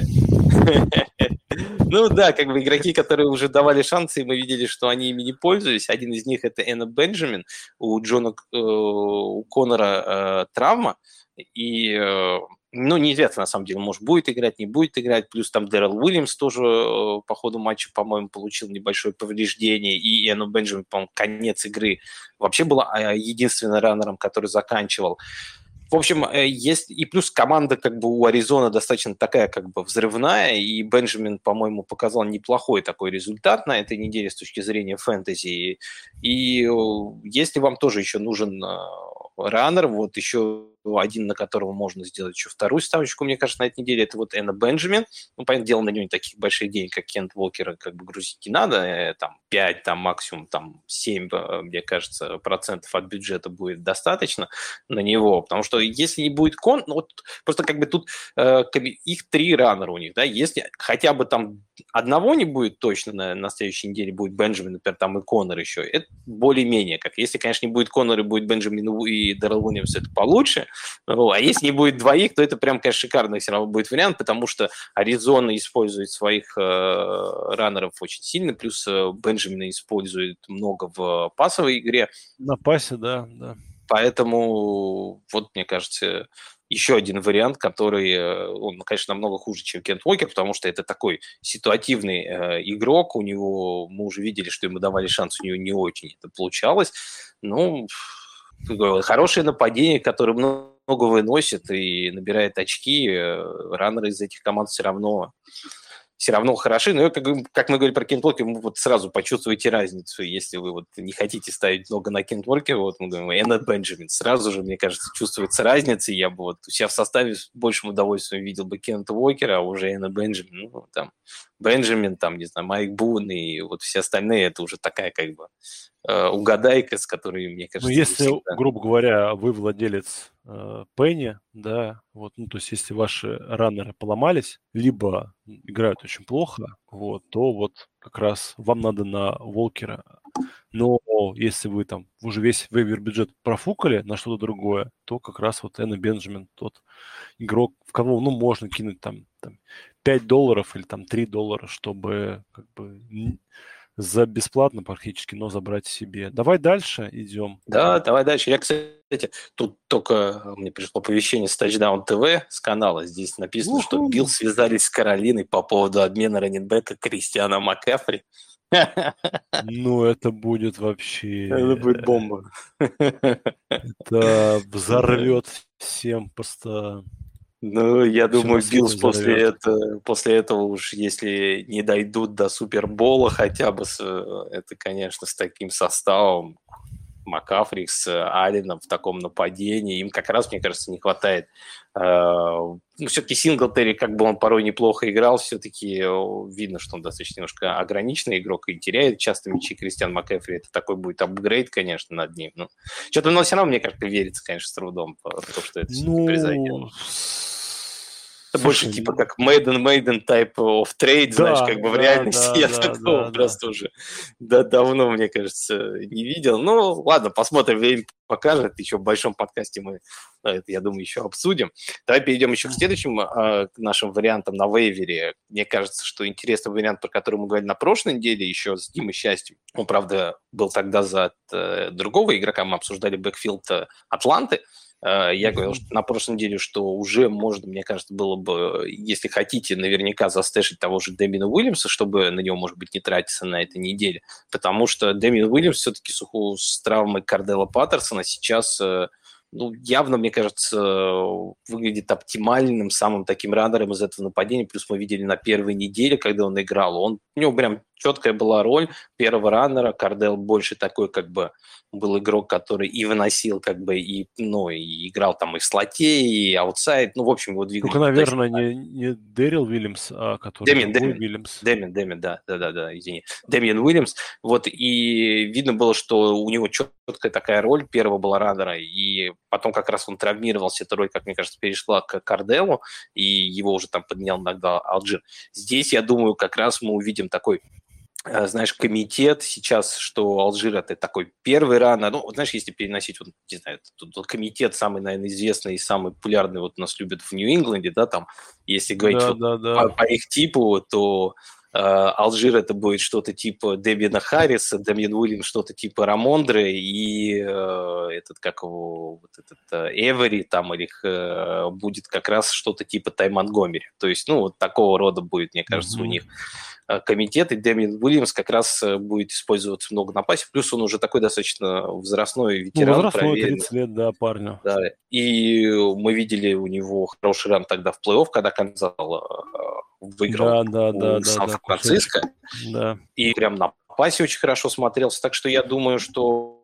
Ну да, как бы игроки, которые уже давали шансы, и мы видели, что они ими не пользовались. Один из них это Эно Бенджамин, у Джона, у Коннора травма, и... Ну, неизвестно, на самом деле, может, будет играть, не будет играть. Плюс там Дэрил Уильямс тоже э, по ходу матча, по-моему, получил небольшое повреждение. И Эно Бенджамин, по-моему, конец игры вообще был единственным раннером, который заканчивал. В общем, есть и плюс команда как бы у Аризоны достаточно такая как бы взрывная, и Бенджамин, по-моему, показал неплохой такой результат на этой неделе с точки зрения фэнтези. И если вам тоже еще нужен раннер, вот еще один, на которого можно сделать еще вторую ставочку, мне кажется, на этой неделе, это вот Эно Бенджамин. Ну, понятное дело, на него не таких больших денег, как Кент Уокера, как бы грузить не надо, там пять, там максимум там семь, мне кажется, процентов от бюджета будет достаточно на него, потому что если не будет кон, ну, вот просто как бы тут э, их три раннера у них, да, если хотя бы там одного не будет точно на, на следующей неделе, будет Бенджамин, например, там и Коннор еще, это более-менее как. Если, конечно, не будет Коннор и будет Бенджамин и Дэрил Уильямс, это получше. А если не будет двоих, то это прям, конечно, шикарный все равно будет вариант, потому что Аризона использует своих э, раннеров очень сильно, плюс э, Бенджамина использует много в пасовой игре. На пасе, да, да. Поэтому, вот, мне кажется, еще один вариант, который, он, конечно, намного хуже, чем Кент Уокер, потому что это такой ситуативный э, игрок, у него, мы уже видели, что ему давали шанс, у него не очень это получалось, ну, хорошее нападение, которое много много выносит и набирает очки, раннеры из этих команд все равно все равно хороши. Но, как, как мы говорили про Кент Уокер, вы вот сразу почувствуете разницу. Если вы вот не хотите ставить много на Кент Уокера, вот мы говорим, Эннет Бенджамин, сразу же, мне кажется, чувствуется разница. Я бы вот у себя в составе с большим удовольствием видел бы Кента Уокера, а уже Эннет Бенджамин, ну, там, Бенджамин, там, не знаю, Майк Бун и вот все остальные, это уже такая, как бы, э, угадайка, с которой, мне кажется... Ну, если, всегда... грубо говоря, вы владелец э, Пенни, да, вот, ну, то есть если ваши раннеры поломались, либо играют очень плохо, вот, то вот как раз вам надо на Уокера. Но если вы там уже весь вейвер-бюджет профукали на что-то другое, то как раз вот Энна Бенджамин тот игрок, в кого, ну, можно кинуть там, там пять долларов или там три доллара, чтобы как бы за бесплатно практически, но забрать себе. Давай дальше идем. Да, давай дальше. Я, кстати, тут только мне пришло оповещение с Touchdown ти ви с канала. Здесь написано, У-ху. что Билл связались с Каролиной по поводу обмена раннинбека Кристиана МакКафри. Ну, это будет вообще... Это будет бомба. Это взорвет всем просто... Ну, я думаю, Биллс после этого, после этого уж, если не дойдут до Супербола хотя бы, с, это, конечно, с таким составом, МакКафри с Алленом в таком нападении, им как раз, мне кажется, не хватает. Ну, все-таки Синглтери, как бы он порой неплохо играл, все-таки видно, что он достаточно немножко ограниченный игрок и теряет часто мячи. Кристиан МакКафри, это такой будет апгрейд, конечно, над ним. Ну, что-то, но все равно, мне кажется, верится, конечно, с трудом, в то, что это ну... произойдет. Это больше типа как Maiden Maiden type of trade, да, знаешь, как бы в да, реальности да, я да, такого да, просто да. уже да, давно, мне кажется, не видел. Ну, ладно, посмотрим, время покажет. Еще в большом подкасте мы это, я думаю, еще обсудим. Давай перейдем еще к следующим э, к нашим вариантам на вейвере. Мне кажется, что интересный вариант, про который мы говорили на прошлой неделе, еще с Димой Счастьем. Он, правда, был тогда за э, другого игрока. Мы обсуждали бэкфилд Атланты. Я говорил что на прошлой неделе, что уже можно, мне кажется, было бы, если хотите, наверняка застэшить того же Дэмина Уильямса, чтобы на него, может быть, не тратиться на этой неделе. Потому что Дэмин Уильямс все-таки суху с травмой Кардела Паттерсона сейчас, ну, явно, мне кажется, выглядит оптимальным, самым таким раннером из этого нападения. Плюс мы видели на первой неделе, когда он играл, он, у него прям четкая была роль первого раннера. Кардел больше такой, как бы, был игрок, который и выносил, как бы, и, ну, и играл там и в слоте, и аутсайд. Ну, в общем, его двигали. Только, наверное, не, не Дэрил Уильямс, а который Дэмин, Дэмин, Уильямс. Дэмин, Дэмин, да, да, да, да, извини. Дэмин Уильямс. Вот, и видно было, что у него четкая такая роль первого была раннера, и потом как раз он травмировался, эта роль, как мне кажется, перешла к Карделу, и его уже там поднял иногда Алджир. Здесь, я думаю, как раз мы увидим такой, знаешь, комитет сейчас, что Алжир – это такой первый раннер. Ну, знаешь, если переносить, вот, не знаю, тут комитет самый, наверное, известный и самый популярный, вот нас любят в Нью-Ингланде, да, там, если говорить да, вот да, да. По, по их типу, то э, Алжир – это будет что-то типа Дебина Харриса, Дэмин Уильямс – что-то типа Рамондры, и э, этот, как его, вот этот э, Эвери, там, или э, будет как раз что-то типа Тай Монтгомери. То есть, ну, вот такого рода будет, мне кажется, mm-hmm. у них комитет, и Дэмин Уильямс как раз будет использоваться много на пасе, плюс он уже такой достаточно возрастной ветеран. Ну, возрастной, проверенный. тридцать лет, да, парню. Да, и мы видели у него хороший ран тогда в плей-офф, когда Канзас выиграл да, да, у да, Сан-Франциско, да. и прям на пасе очень хорошо смотрелся, так что я думаю, что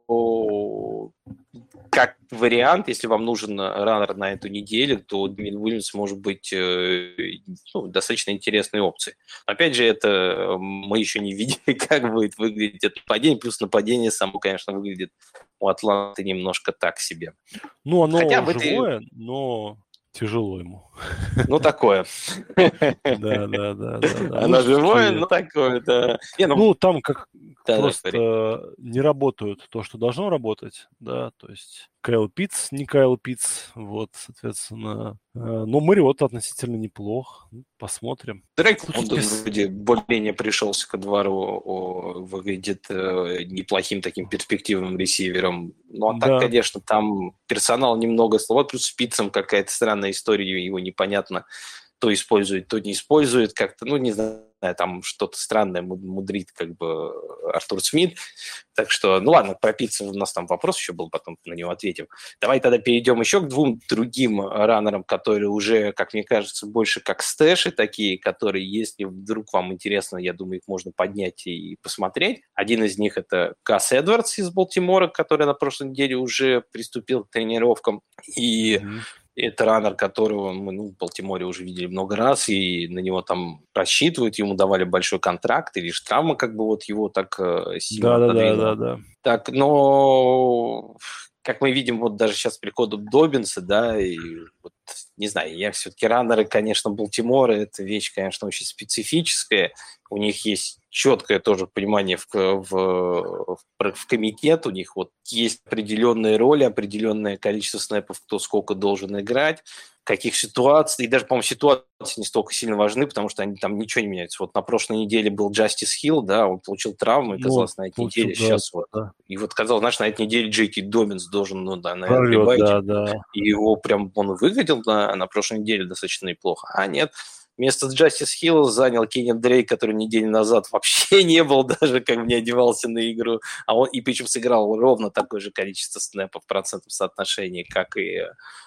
как вариант, если вам нужен раннер на эту неделю, то Дэмин Уильямс может быть ну, достаточно интересной опцией. Опять же, это мы еще не видели, как будет выглядеть это нападение, плюс нападение само, конечно, выглядит у Атланты немножко так себе. Ну, оно Хотя живое, этой... но тяжело ему. Ну, такое. Да, да, да. Оно живое, но такое, да. Ну, там как просто не работают то, что должно работать, да, то есть Кайл Питтс, не Кайл Питтс, вот, соответственно. Но Мариотта относительно неплох. Посмотрим. Дрейк, он вроде более-менее пришелся ко двору, выглядит неплохим таким перспективным ресивером. Ну, а так, да. конечно, там персонал немного слова, плюс с Питтсом какая-то странная история, его непонятно. то использует, то не использует, как-то, ну, не знаю, там что-то странное мудрит как бы Артур Смит. Так что, ну ладно, про Питца у нас там вопрос еще был, потом на него ответим. Давай тогда перейдем еще к двум другим раннерам, которые уже, как мне кажется, больше как стэши такие, которые, если вдруг вам интересно, я думаю, их можно поднять и посмотреть. Один из них это Гас Эдвардс из Балтимора, который на прошлой неделе уже приступил к тренировкам. И mm-hmm. это раннер, которого мы ну, в Балтиморе уже видели много раз, и на него там рассчитывают, ему давали большой контракт, и лишь травма как бы вот его так сильно да, подвинула. Да, да, да, да. Так, но как мы видим, вот даже сейчас с приходом Доббинса, да, и вот, не знаю, я все-таки раннеры, конечно, Балтимора, это вещь, конечно, очень специфическая, у них есть четкое тоже понимание в, в, в, в комитет, у них вот есть определенные роли, определенное количество снэпов, кто сколько должен играть, каких ситуаций, и даже, по-моему, ситуации не столько сильно важны, потому что они там ничего не меняются. Вот на прошлой неделе был Джастис Хилл, да, он получил травму, и казалось, ну, на этой неделе да, сейчас вот. Да. И вот казалось, знаешь, на этой неделе Джей Кей Доббинс должен, ну да, наверное, прибавить. Да, да. И его прям, он выглядел на, на прошлой неделе достаточно неплохо. А нет, вместо Джастис Хилла занял Кеннет Дрейк, который неделю назад вообще не был даже, как не одевался на игру. А он, и причем сыграл ровно такое же количество снэпов в процентном соотношении, как и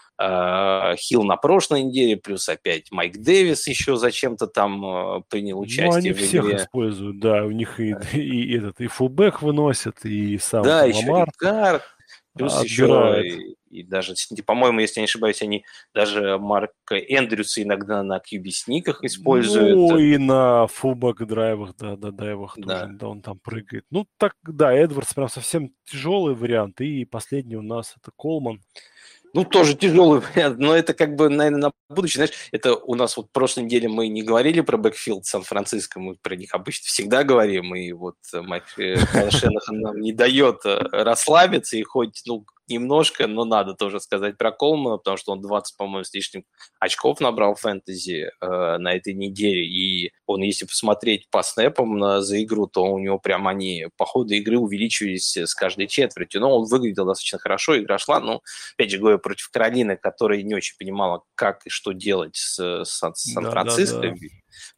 э, Хилл на прошлой неделе, плюс опять Майк Дэвис еще зачем-то там э, принял участие ну, они в игре. Всех используют, да, у них и, и, и этот, и фулбэк выносят, и сам да, там, еще Ламар Рикард. Плюс отбирает. еще и, и даже, по-моему, если не ошибаюсь, они даже Марка Эндрюса иногда на кью би-сниках используют. Ну, и на фулбэк-драйвах, да, да, дайвах да. тоже, да, он там прыгает. Ну, так, да, Эдвардс прям совсем тяжелый вариант, и последний у нас это Колман. Ну, тоже тяжелый вариант, но это как бы, наверное, на будущее. Знаешь, это у нас вот в прошлой неделе мы не говорили про бэкфилд Сан-Франциско, мы про них обычно всегда говорим, и вот Майк Кайл Шенахан нам не дает расслабиться, и хоть, ну, немножко, но надо тоже сказать про Колмана, потому что он двадцать, по-моему, с лишним очков набрал в фэнтези э, на этой неделе, и он, если посмотреть по снэпам на, за игру, то у него прям они по ходу игры увеличивались с каждой четвертью, но он выглядел достаточно хорошо, игра шла, ну, опять же говорю, против Каролины, которая не очень понимала, как и что делать с, с Сан-Франциско, да, да, да.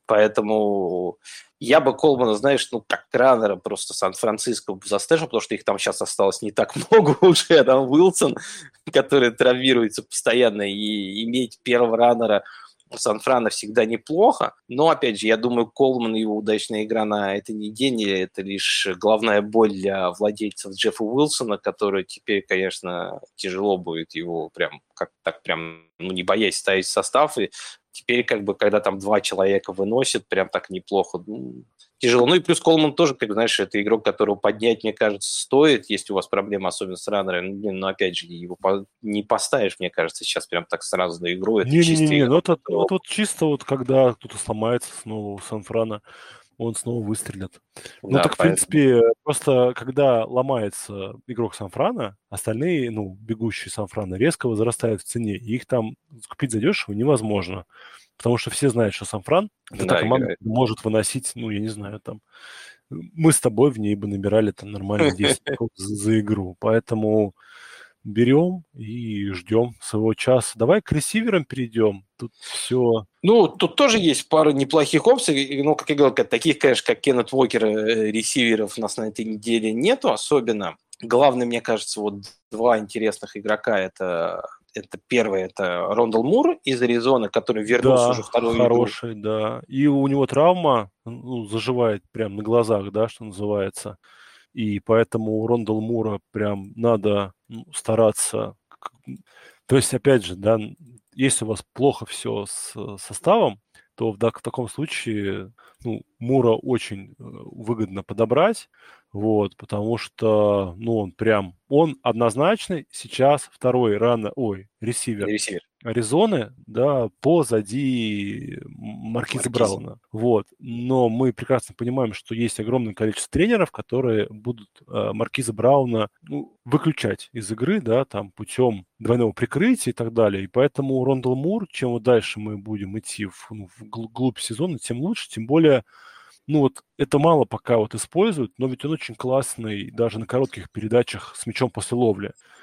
Поэтому я бы Колмана, знаешь, ну, как раннера просто Сан-Франциско застэшил, потому что их там сейчас осталось не так много уже, там Уилсон, который травмируется постоянно, и иметь первого раннера Сан-Франа всегда неплохо, но, опять же, я думаю, Колман и его удачная игра на этой неделе – это лишь головная боль для владельцев Джеффа Уилсона, который теперь, конечно, тяжело будет его прям, как так прям, ну, не боясь ставить в состав, и теперь, как бы, когда там два человека выносят, прям так неплохо, ну, тяжело. Ну и плюс Колман тоже, как знаешь, это игрок, которого поднять, мне кажется, стоит, если у вас проблемы, особенно с раннерами. Но опять же, его не поставишь, мне кажется, сейчас прям так сразу на игру. Не-не-не, ну это вот, вот чисто вот когда кто-то сломается снова у Сан-Франа, он снова выстрелит. Ну да, так, поэтому... в принципе, просто когда ломается игрок Сан-Франа, остальные, ну, бегущие Сан-Франа резко возрастают в цене. И их там купить задешево невозможно. Потому что все знают, что Сан-Фран – это да, та команда, играет. Может выносить, ну, я не знаю, там, мы с тобой в ней бы набирали там нормально десять за, за игру. Поэтому берем и ждем своего часа. Давай к ресиверам перейдем. Тут все... Ну, тут тоже есть пара неплохих опций. Ну, как я говорил, таких, конечно, как Кеннет Уокер, ресиверов у нас на этой неделе нету особенно. Главное, мне кажется, вот два интересных игрока – это... Это первый, это Рондал Мур из Аризоны, который вернулся да, уже вторую хороший, игру. Да. И у него травма, ну, заживает прям на глазах, да, что называется. И поэтому у Рондал Мура прям надо ну, стараться. То есть, опять же, да, если у вас плохо все с составом, то в, в таком случае ну, Мура очень выгодно подобрать, вот, потому что, ну, он прям, он однозначно сейчас второй рано, ой, ресивер, ресивер. Аризоны, да, позади Маркиза Брауна, вот, но мы прекрасно понимаем, что есть огромное количество тренеров, которые будут э, Маркиза Брауна ну, выключать из игры, да, там, путем двойного прикрытия и так далее, и поэтому Рондал Мур, чем вот дальше мы будем идти в, ну, вглубь сезона, тем лучше, тем более ну вот это мало пока вот используют, но ведь он очень классный даже на коротких передачах с мячом после ловли.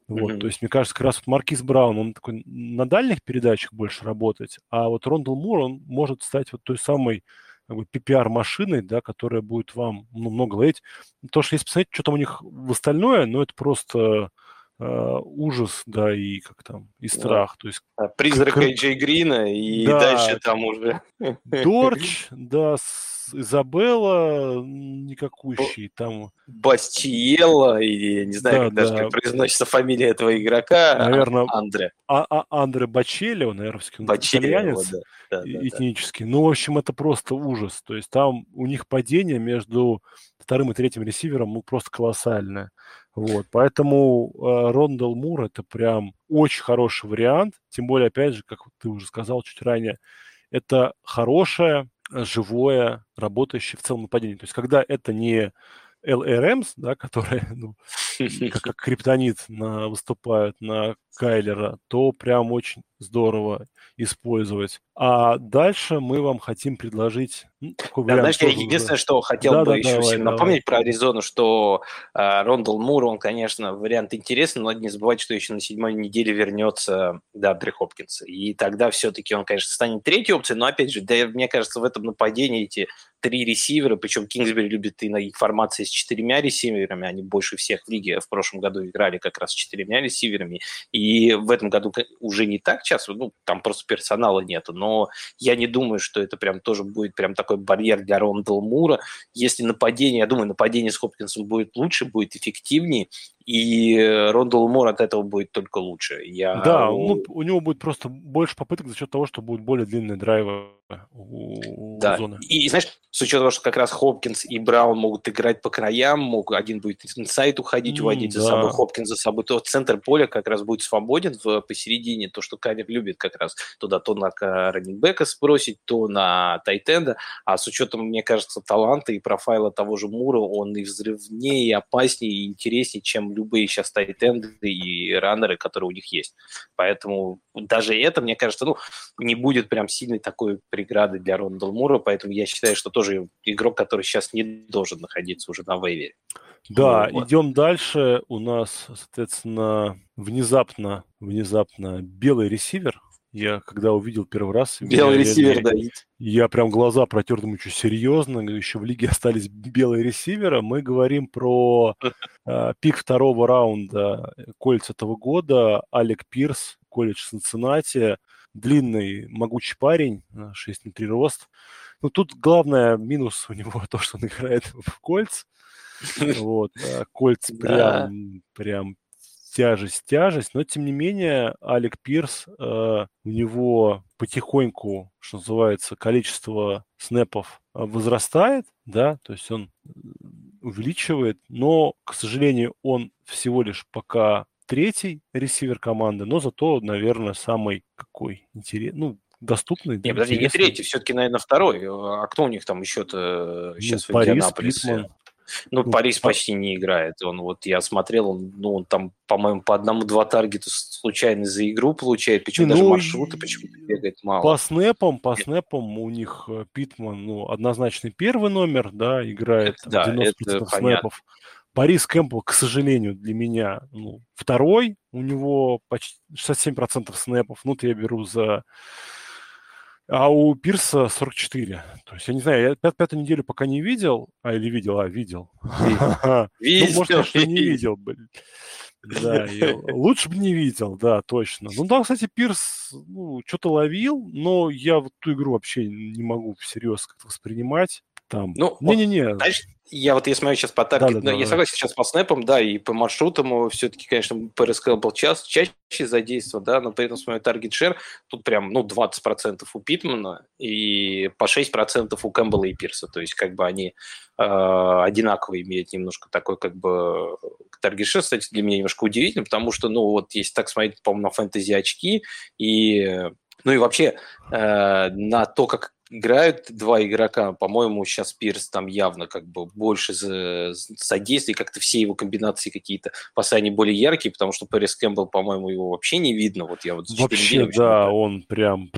Вот, Мгм. то есть, мне кажется, как раз вот Маркиз Браун, он такой на дальних передачах больше работать, а вот Рондell Мур, он может стать вот той самой как бы, пи пи ар-машиной, да, которая будет вам ну, много ловить. То, что если посмотреть, что там у них в остальное, ну, это просто э, ужас, да, и как там, и Да. страх. То есть, А, к- Призрак к- Эй Джей Грина, и дальше да, там уже Дорч, да, с Изабелла м, Б- никакущий, там, Бастиелла, или я не знаю, да, как даже да, как произносится фамилия этого игрока, А- наверное, Андре. А, а Андре Бачелло, наверное, все-таки он Бачелло, итальянец да. Да, да, и- да. этнический. Ну, в общем, это просто ужас. То есть там у них падение между вторым и третьим ресивером ну, просто колоссальное. Вот. Поэтому э, Рондell Мур это прям очень хороший вариант. Тем более, опять же, как ты уже сказал чуть ранее, это хорошее, э, живое, работающее в целом нападение. То есть когда это не эл эй Rams, да, которые ну, как, как криптонит на, выступают на Кайлера, то прям очень здорово использовать. А дальше мы вам хотим предложить ну, такой Да, вариант знаешь, я тоже уже. единственное, что хотел бы Да-да, еще давай, всем давай. напомнить про Аризону, что э, Рондell Мур, он, конечно, вариант интересный, но надо не забывать, что еще на седьмой неделе вернется Д'Андре Хопкинс. И тогда все-таки он, конечно, станет третьей опцией, но, опять же, да, мне кажется, в этом нападении эти три ресивера, причем Кингсбери любит и на их формации с четырьмя ресиверами, они больше всех в лиге в прошлом году играли как раз с четырьмя ресиверами, и в этом году уже не так часто, ну, там просто персонала нету, но я не думаю, что это прям тоже будет прям такой барьер для Рондell Мура. Если нападение, я думаю, нападение с Хопкинсом будет лучше, будет эффективнее, и Рондell Мур от этого будет только лучше. Я Да, ну, у него будет просто больше попыток за счет того, что будут более длинные драйвы у, у Да, зоны. и знаешь, с учетом того, что как раз Хопкинс и Браун могут играть по краям, могут, один будет инсайд уходить, уводить М, за собой, да. Хопкинс за собой, то центр поля как раз будет свободен в, посередине, то, что Кайлер любит как раз туда то на раннингбека сбросить, то на тайтенда, а с учетом, мне кажется, таланта и профайла того же Мура, он и взрывнее, и опаснее, и интереснее, чем любые сейчас тайтенды и раннеры, которые у них есть. Поэтому даже это, мне кажется, ну, не будет прям сильной такой преграды для Рондell Мура, поэтому я считаю, что тоже игрок, который сейчас не должен находиться уже на вейвере. Да, Вот. идем дальше. У нас, соответственно, внезапно, внезапно белый ресивер. Я когда увидел первый раз, меня Белый ресивер, реально, да. я прям глаза протер, думаю, что серьезно, еще в лиге остались белые ресивера. Мы говорим про э, пик второго раунда Кольц этого года, Алек Пирс, колледж Цинциннати, длинный, могучий парень, э, шесть метров три рост. Ну, тут главное минус у него то, что он играет в Кольц. Вот, а Кольц Да. прям, прям тяжесть, тяжесть, но тем не менее Алек Пирс, э, у него потихоньку, что называется, количество снэпов э, возрастает, да, то есть он э, увеличивает, но, к сожалению, он всего лишь пока третий ресивер команды, но зато, наверное, самый какой интересный, ну, доступный, да, Не, подожди, не интересный. третий, все-таки, наверное, второй. А кто у них там еще-то Ну, сейчас в Парис, Индианаполисе? Питман. Ну, Ну, Парис по- почти не играет. Он вот я смотрел, он, ну, он там, по-моему, по одному-два таргета случайно за игру получает, причем Не, даже ну, маршруты и почему-то бегает по мало. снэпам, по Нет, снэпам у них э, Питман, ну, однозначный первый номер, да, играет это там да, это девяносто процентов понятно. снэпов. Парис Кэмпбелл, к сожалению, для меня, ну, второй, у него почти шестьдесят семь процентов снэпов, ну, то я беру за... А у Пирса сорок четыре. То есть, я не знаю, я пят- пятую неделю пока не видел, а, или видел, а, видел. Ну, может, Видел, конечно, и не видел, блин. Да, и лучше бы не видел, да, точно. Ну да, кстати, Пирс, ну, что-то ловил, но я вот ту игру вообще не могу всерьез как-то воспринимать. Там, Ну, вот, не-не-не, знаешь, я вот я смотрю сейчас по таргету, да-да-да, я давай. согласен сейчас по снэпам, да, и по маршрутам все-таки, конечно, ПРСК был час, чаще задействован, да, но при этом смотрю таргет шер, тут прям, ну, двадцать процентов у Питмана и по шесть процентов у Кэмпбелла и Пирса, то есть как бы они э, одинаково имеют немножко такой как бы таргет шер, кстати, для меня немножко удивительно, потому что, ну, вот если так смотреть, по-моему, на фэнтези очки и, ну, и вообще э, на то, как играют два игрока, по-моему, сейчас Пирс там явно как бы больше задействий, как-то все его комбинации какие-то пасы более яркие, потому что Пэрис Кэмпбелл, по-моему, его вообще не видно. Вот я вот за четыре недели Вообще, вообще не да, знаю. он прям...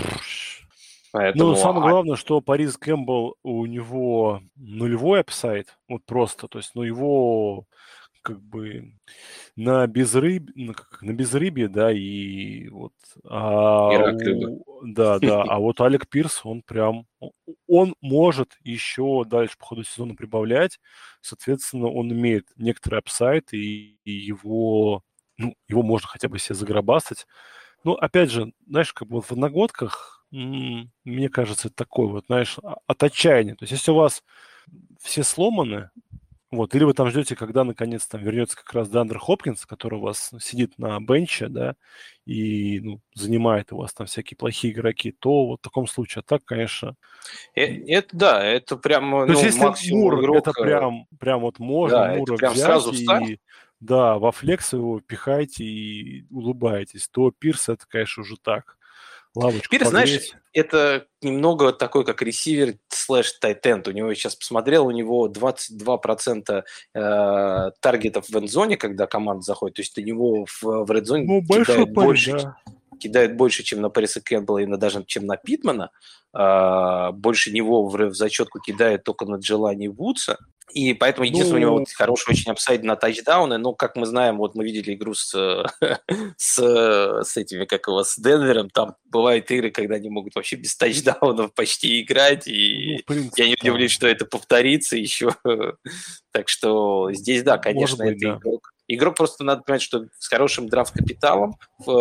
Ну, Поэтому, самое а, главное, что Парис Кэмпбелл, у него нулевой апсайд, вот просто, то есть, ну, его как бы на безрыб... на, как, на безрыбье, да, и вот... А И рак рыбы. у... Да, да, а вот Алек Пирс, он прям... Он может еще дальше по ходу сезона прибавлять, соответственно, он имеет некоторый апсайд, и, и его, ну, его можно хотя бы себе загробастать. Ну, опять же, знаешь, как бы вот в одногодках, м, мне кажется, это такой вот, знаешь, а- от отчаяния. То есть если у вас все сломаны, вот, или вы там ждете, когда наконец там вернется как раз Дандер Хопкинс, который у вас сидит на бенче, да, и ну, занимает у вас там всякие плохие игроки, то вот в таком случае, а так, конечно... Э, Это да, это прям, То есть ну, если максимум Мур, игрок. это прям, прям вот можно Да, это Мура прям взять сразу старт. и, да, во флекс его пихайте и улыбаетесь, то Пирс это, конечно, уже так, лавочку Пирс, знаешь, погреть. это немного такой, как ресивер слэш тайтенд. У него, я сейчас посмотрел, у него двадцать два процента э, таргетов в эндзоне, когда команда заходит. То есть у него в, в редзоне Ну, большой кидает парень, больше, да. кидает больше, чем на Париса Кэмпбелла и на, даже чем на Питмана. Э, больше него в, в зачетку кидает только на Джелани Вудса. И поэтому единственное, у него Ну, вот хороший очень апсайд на тачдауны. Но, как мы знаем, вот мы видели игру с, с, с этими, как его, с Денвером. Там бывают игры, когда они могут вообще без тачдаунов почти играть. ну, И в принципе, я не удивлюсь, там, что это повторится еще. Так что здесь, да, может конечно, быть, это да. игрок. Игрок просто надо понимать, что с хорошим драфт-капиталом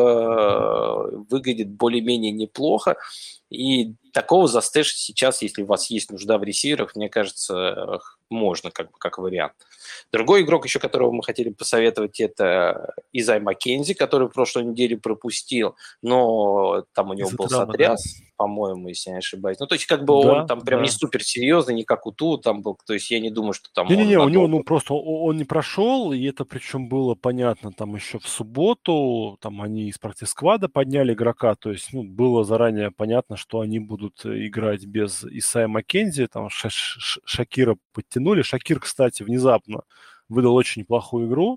э, выглядит более-менее неплохо. И такого застэшить сейчас, если у вас есть нужда в ресиверах, мне кажется, можно как бы как вариант. Другой игрок еще, которого мы хотели посоветовать, это Изай Маккензи, который в прошлой неделе пропустил, но там у него Из-за был травмы, да. сотряс, по-моему, если я не ошибаюсь. Ну, то есть как бы он Да, там прям не да. супер серьезный, не как у Ту там был. То есть я не думаю, что там он Не-не-не, у него, надолго. ну, просто о- он не прошел, и это причем было понятно там еще в субботу, там они из практик-сквада подняли игрока, то есть, ну, было заранее понятно, что они будут э, играть без Исайя Маккензи, там Ша- Ш- Шакира подтянули. Шакир, кстати, внезапно выдал очень неплохую игру,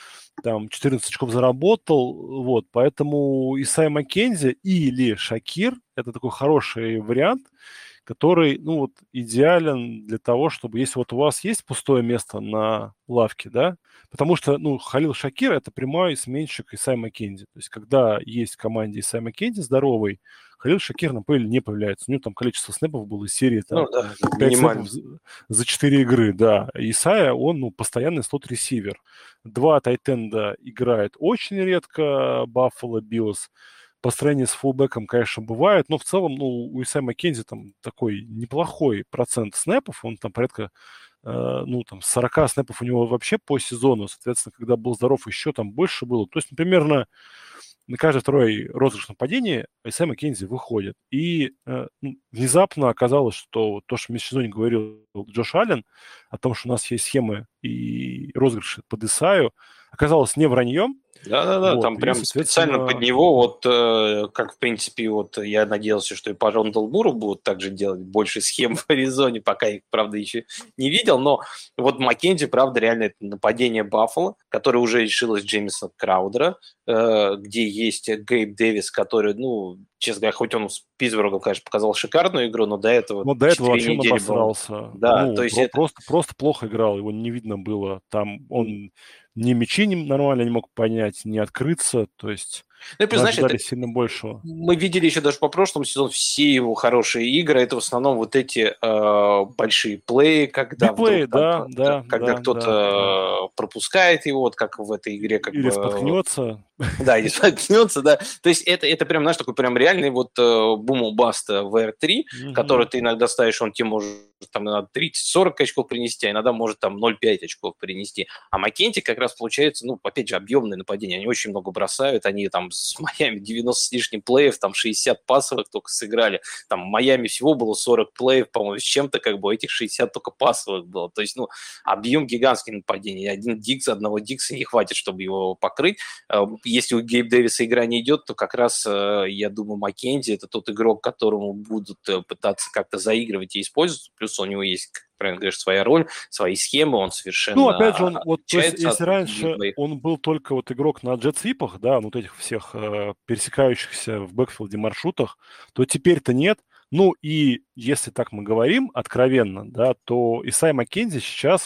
там четырнадцать очков заработал, вот, поэтому Исайя Маккензи или Шакир – это такой хороший вариант, который, ну, вот, идеален для того, чтобы, если вот у вас есть пустое место на лавке, да, потому что, ну, Халил Шакир – это прямой сменщик Исайя Маккензи, то есть, когда есть в команде Исайя Маккензи здоровый, Халил Шакир на поле не появляется. У него там количество снэпов было из серии, там, Ну да, пять минимально. снэпов за, за четыре игры, да. Исайя, он, ну, постоянный слот-ресивер. Два тайтенда играет очень редко, Баффало, Биллс. Построение с фулбеком, конечно, бывает, но в целом, ну, у Исайя Маккензи там такой неплохой процент снэпов, он там порядка, э, ну, там, сорок снэпов у него вообще по сезону, соответственно, когда был здоров, еще там больше было. То есть, ну, примерно на каждый второй розыгрыш нападения Исайя Маккензи выходит. И э, ну, внезапно оказалось, что то, что в межсезонье говорил Джош Аллен, о том, что у нас есть схемы и розыгрыши под Исайю, оказалось не враньем. Да-да-да, Вот, там и, прям специально под соответственно, него, вот э, как, в принципе, вот я надеялся, что и по Рондал Муру будут также делать больше схем в Аризоне, пока их, правда, еще не видел, но вот Маккензи, правда, реально это нападение Баффало, которое уже решилось Джеймиса Краудера, э, где есть Гейб Дэвис, который, ну, честно говоря, хоть он с Питтсбургом, конечно, показал шикарную игру, но до этого но до этого четыре вообще он недели был. обосрался. Да, то Ну, есть про- это... просто, просто плохо играл, его не видно было. Там он ни мячи не- нормально не мог понять, ни открыться. То есть Ну, и плюс, мы знаешь, ожидали это сильно большего. мы видели еще даже по прошлому сезону все его хорошие игры. Это в основном вот эти э, большие плей, когда Бигплей, вдруг там, да, к- да, когда да, да, да. кто-то пропускает его, вот как в этой игре, как Или бы, споткнется. да, или споткнется, да. То есть это, это прям, знаешь, такой прям реальный вот э, бум-баст в эр три, который Мгм. ты иногда ставишь, он тебе может там иногда тридцать-сорок очков принести, а иногда может там ноль целых пять очков принести. А Маккенти как раз получается, ну, опять же, объемное нападение. Они очень много бросают, они там с Майами девяносто с лишним плеев, там шестьдесят пасовых только сыграли. Там в Майами всего было сорок плеев, по-моему, с чем-то, как бы, этих шестьдесят только пасовых было. То есть, ну, объем гигантский нападения. Один Дикс, одного Дикса не хватит, чтобы его покрыть. Если у Гейб Дэвиса игра не идет, то как раз, я думаю, Маккензи – это тот игрок, которому будут пытаться как-то заигрывать и использовать. Плюс у него есть, как правильно говоришь, своя роль, свои схемы, он совершенно Ну, опять же, он вот, то есть, отличается если от раньше двоих. он был только вот игрок на джет-свипах, да, ну, вот этих всех э, пересекающихся в бэкфилде маршрутах, то теперь-то нет. Ну, и если так мы говорим откровенно, да, то Исайя Маккензи сейчас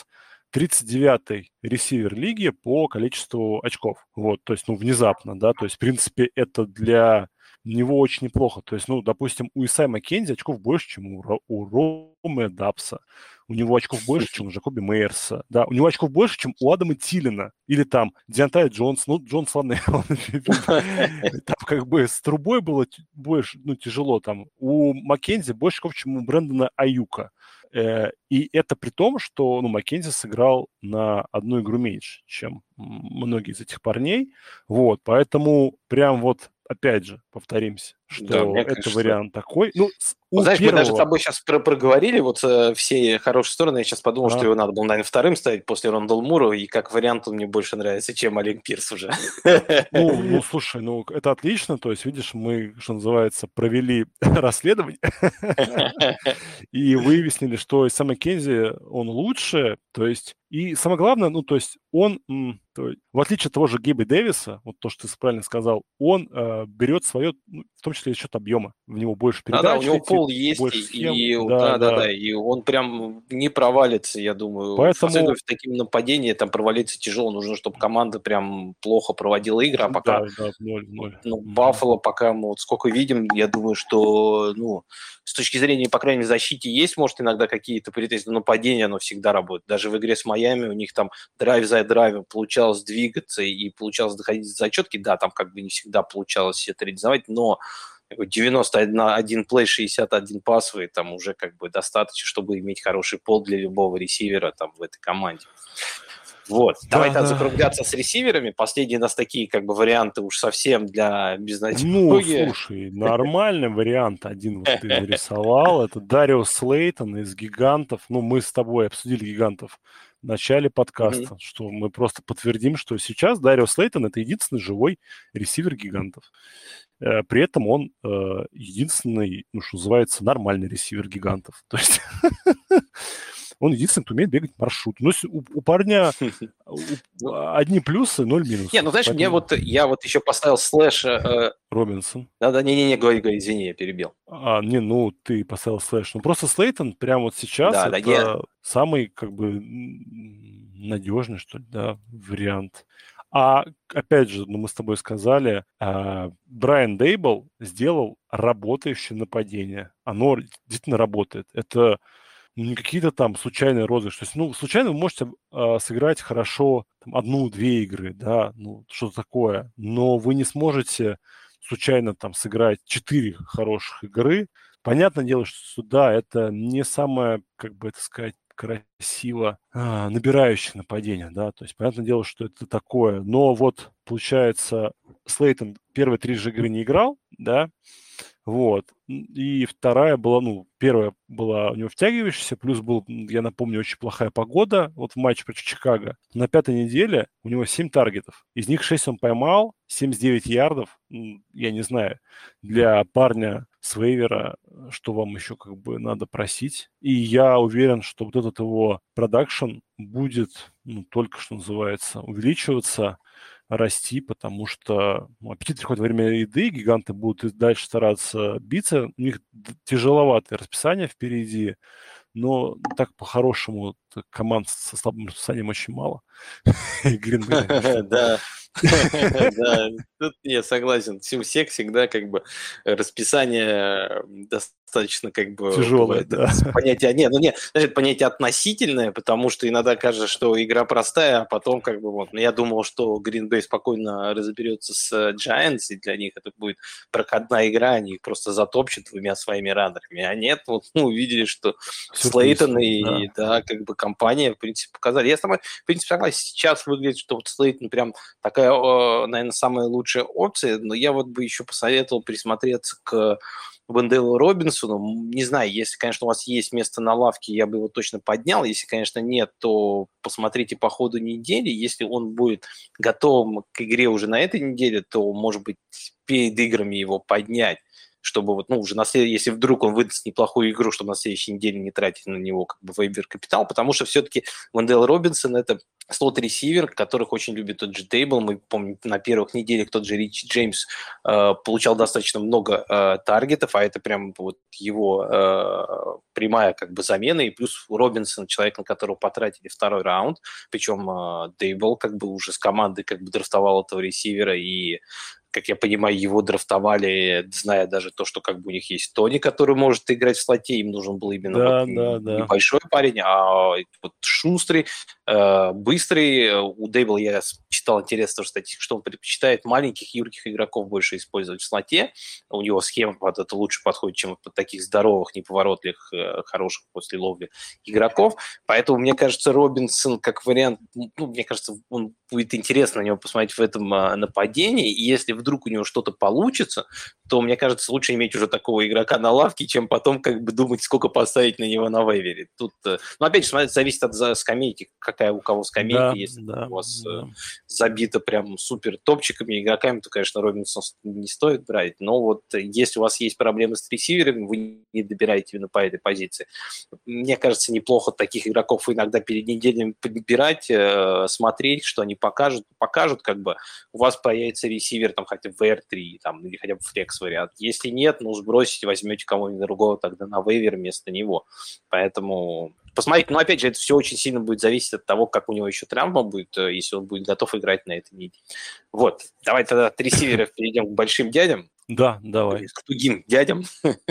тридцать девятый ресивер лиги по количеству очков. Вот, то есть, ну, внезапно, да, то есть, в принципе, это для него очень неплохо. То есть, ну, допустим, у Исайя Маккензи очков больше, чем у, Ро- у Ромы Дапса. У него очков больше, чем у Джакоби Мейерса. Да, у него очков больше, чем у Адама Тилина. Или там Деонтай Джонс. Ну, Джонс, ладно, он, там как бы с трубой было т- больше, ну, тяжело. Там у Маккензи больше очков, чем у Брэндона Аюка. Э, И это при том, что, ну, Маккензи сыграл на одну игру меньше, чем м, многие из этих парней. Вот, поэтому прям вот, опять же, повторимся, Да, что мне это кажется, что... вариант такой. Ну, с- Вот у знаешь, мы даже с первого... тобой сейчас про проговорили вот э, все хорошие стороны. Я сейчас подумал, что А, его надо было, наверное, вторым ставить после Рондал Мура, и как вариант он мне больше нравится, чем Алек Пирс уже. ну, ну, слушай, ну, это отлично. То есть, видишь, мы, что называется, провели расследование и выяснили, что Исайя Маккензи, он лучше. То есть, и самое главное, ну, то есть, он, м, то есть, в отличие от того же Гейба Дэвиса, вот то, что ты правильно сказал, он э, берет свое, ну, в том числе за счет объема. В него больше Да-да, у передач него летит, пол есть, и, больше схем. и Да, да. да-да-да, и он прям не провалится, я думаю. Особенно Поэтому, в таким нападении там провалиться тяжело. Нужно, чтобы команда прям плохо проводила игры, а да, пока да, в ноль, в вот, ноль. ну, Мгм. Баффало, пока мы вот сколько видим, я думаю, что, ну, с точки зрения, по крайней мере, защиты есть, может, иногда какие-то претензии, но нападение, оно всегда работает. Даже в игре с Майами у них там драйв за драйвом получалось двигаться и получалось доходить до зачетки. Да, там как бы не всегда получалось это реализовать, но девяносто один плей, шестьдесят один пасовый, там уже как бы достаточно, чтобы иметь хороший пол для любого ресивера там в этой команде. Вот. Давай Да, тогда да. закругляться с ресиверами. Последние у нас такие как бы варианты уж совсем для Ну, безнадеги. слушай, нормальный вариант один вот ты нарисовал. Это Дариус Слейтон из «Гигантов». Ну, мы с тобой обсудили «Гигантов» в начале Мгм. подкаста, что мы просто подтвердим, что сейчас Дариус Слейтон – это единственный живой ресивер «Гигантов». Э, При этом он э, единственный, ну, что называется, нормальный ресивер «Гигантов». То есть он единственный, кто умеет бегать маршрут. Но с- у, у парня у- Ну, одни плюсы, ноль не, ну минусов. знаешь, мне Поэтому вот, я вот еще поставил слэш. э, Робинсон. Да-да, не-не-не, говори, говори, извини, я перебил. А, не, ну, ты поставил слэш. Ну, просто Слейтон прямо вот сейчас Да, да, я... это самый, как бы, м, надежный, что ли, да, вариант. А, опять же, ну, мы с тобой сказали, а, Брайан Дейбл сделал работающее нападение. Оно действительно работает. Это ну, не какие-то там случайные розыгрыши. То есть, ну, случайно вы можете а, сыграть хорошо там, одну-две игры, да, ну, что-то такое, но вы не сможете случайно там сыграть четыре хороших игры. Понятное дело, что да, это не самое, как бы это сказать, красиво а, набирающее нападение, да, то есть понятное дело, что это такое, но вот получается Слейтон первые три же игры не играл, да, вот. И вторая была, ну, первая была у него втягивающаяся, плюс был, я напомню, очень плохая погода, вот в матче против Чикаго. На пятой неделе у него семь таргетов. Из них шесть он поймал, семьдесят девять ярдов. М, Я не знаю, для парня с вейвера, э, что вам еще как бы надо просить. И я уверен, что вот этот его продакшн будет, ну, только, что называется, увеличиваться, расти, потому что ну, аппетит приходит во время еды, гиганты будут и дальше стараться биться. У них д- тяжеловатое расписание впереди, но так по-хорошему т- команд со слабым расписанием очень мало. Гринбей, наверное, что Да, да, тут я согласен. У всех всегда как бы расписание достаточно как бы тяжелое, бывает это да. понятие, не, ну не, знаешь, это понятие относительное, потому что иногда кажется, что игра простая, а потом как бы вот, ну, я думал, что Green Bay спокойно разберется с Giants, и для них это будет проходная игра, они их просто затопчут двумя своими раннерами, а нет, вот мы увидели, что Сюрприз, Слейтон и, да. да, как бы компания, в принципе, показали. Я с тобой, в принципе, согласен, сейчас выглядит, что вот Слейтон прям такая, э, наверное, самая лучшая опция, но я вот бы еще посоветовал присмотреться к Венделу Робинсону. Не знаю, если, конечно, у вас есть место на лавке, я бы его точно поднял. Если, конечно, нет, то посмотрите по ходу недели. Если он будет готовым к игре уже на этой неделе, то, может быть, перед играми его поднять. чтобы вот, ну, уже на след... если вдруг он выдаст неплохую игру, чтобы на следующей неделе не тратить на него как бы вейвер капитал, потому что все-таки Вандейл Робинсон – это слот-ресивер, которых очень любит тот же Дейбл. Мы помним, на первых неделях тот же Ричи Джеймс э, получал достаточно много э, таргетов, а это прям вот его э, прямая как бы замена. И плюс Робинсон, человек, на которого потратили второй раунд, причем э, Дейбл как бы уже с командой как бы драфтовал этого ресивера, и как я понимаю, его драфтовали, зная даже то, что как бы у них есть Тони, который может играть в слоте, им нужен был именно Да, вот да, да. небольшой парень, а вот шустрый, э, быстрый. У Дейбла я читал интересно, что, что он предпочитает маленьких, юрких игроков больше использовать в слоте. У него схема под это лучше подходит, чем под таких здоровых, неповоротливых, э, хороших после ловли игроков. Поэтому, мне кажется, Робинсон как вариант, ну, мне кажется, он будет интересно на него посмотреть в этом э, нападении, и если вдруг у него что-то получится, то, мне кажется, лучше иметь уже такого игрока на лавке, чем потом как бы думать, сколько поставить на него на вейвере. Тут, ну, опять же, смотрите, зависит от скамейки, какая у кого скамейка. Да, если да, у вас да. забита прям супер топчиками, игроками, то, конечно, Робинсон не стоит брать. Но вот если у вас есть проблемы с ресиверами, вы не добираете именно по этой позиции. Мне кажется, неплохо таких игроков иногда перед неделями подбирать, смотреть, что они покажут. Покажут, как бы у вас появится ресивер, там, хотя бы в эр три, там, или хотя бы флекс вариант. Если нет, ну, сбросите, возьмете кого-нибудь другого тогда на вейвер вместо него. Поэтому посмотрите, ну, опять же, это все очень сильно будет зависеть от того, как у него еще травма будет, если он будет готов играть на этой неделе. Вот, давай тогда от ресиверов перейдем к большим дядям. Да, давай. К тугим дядям.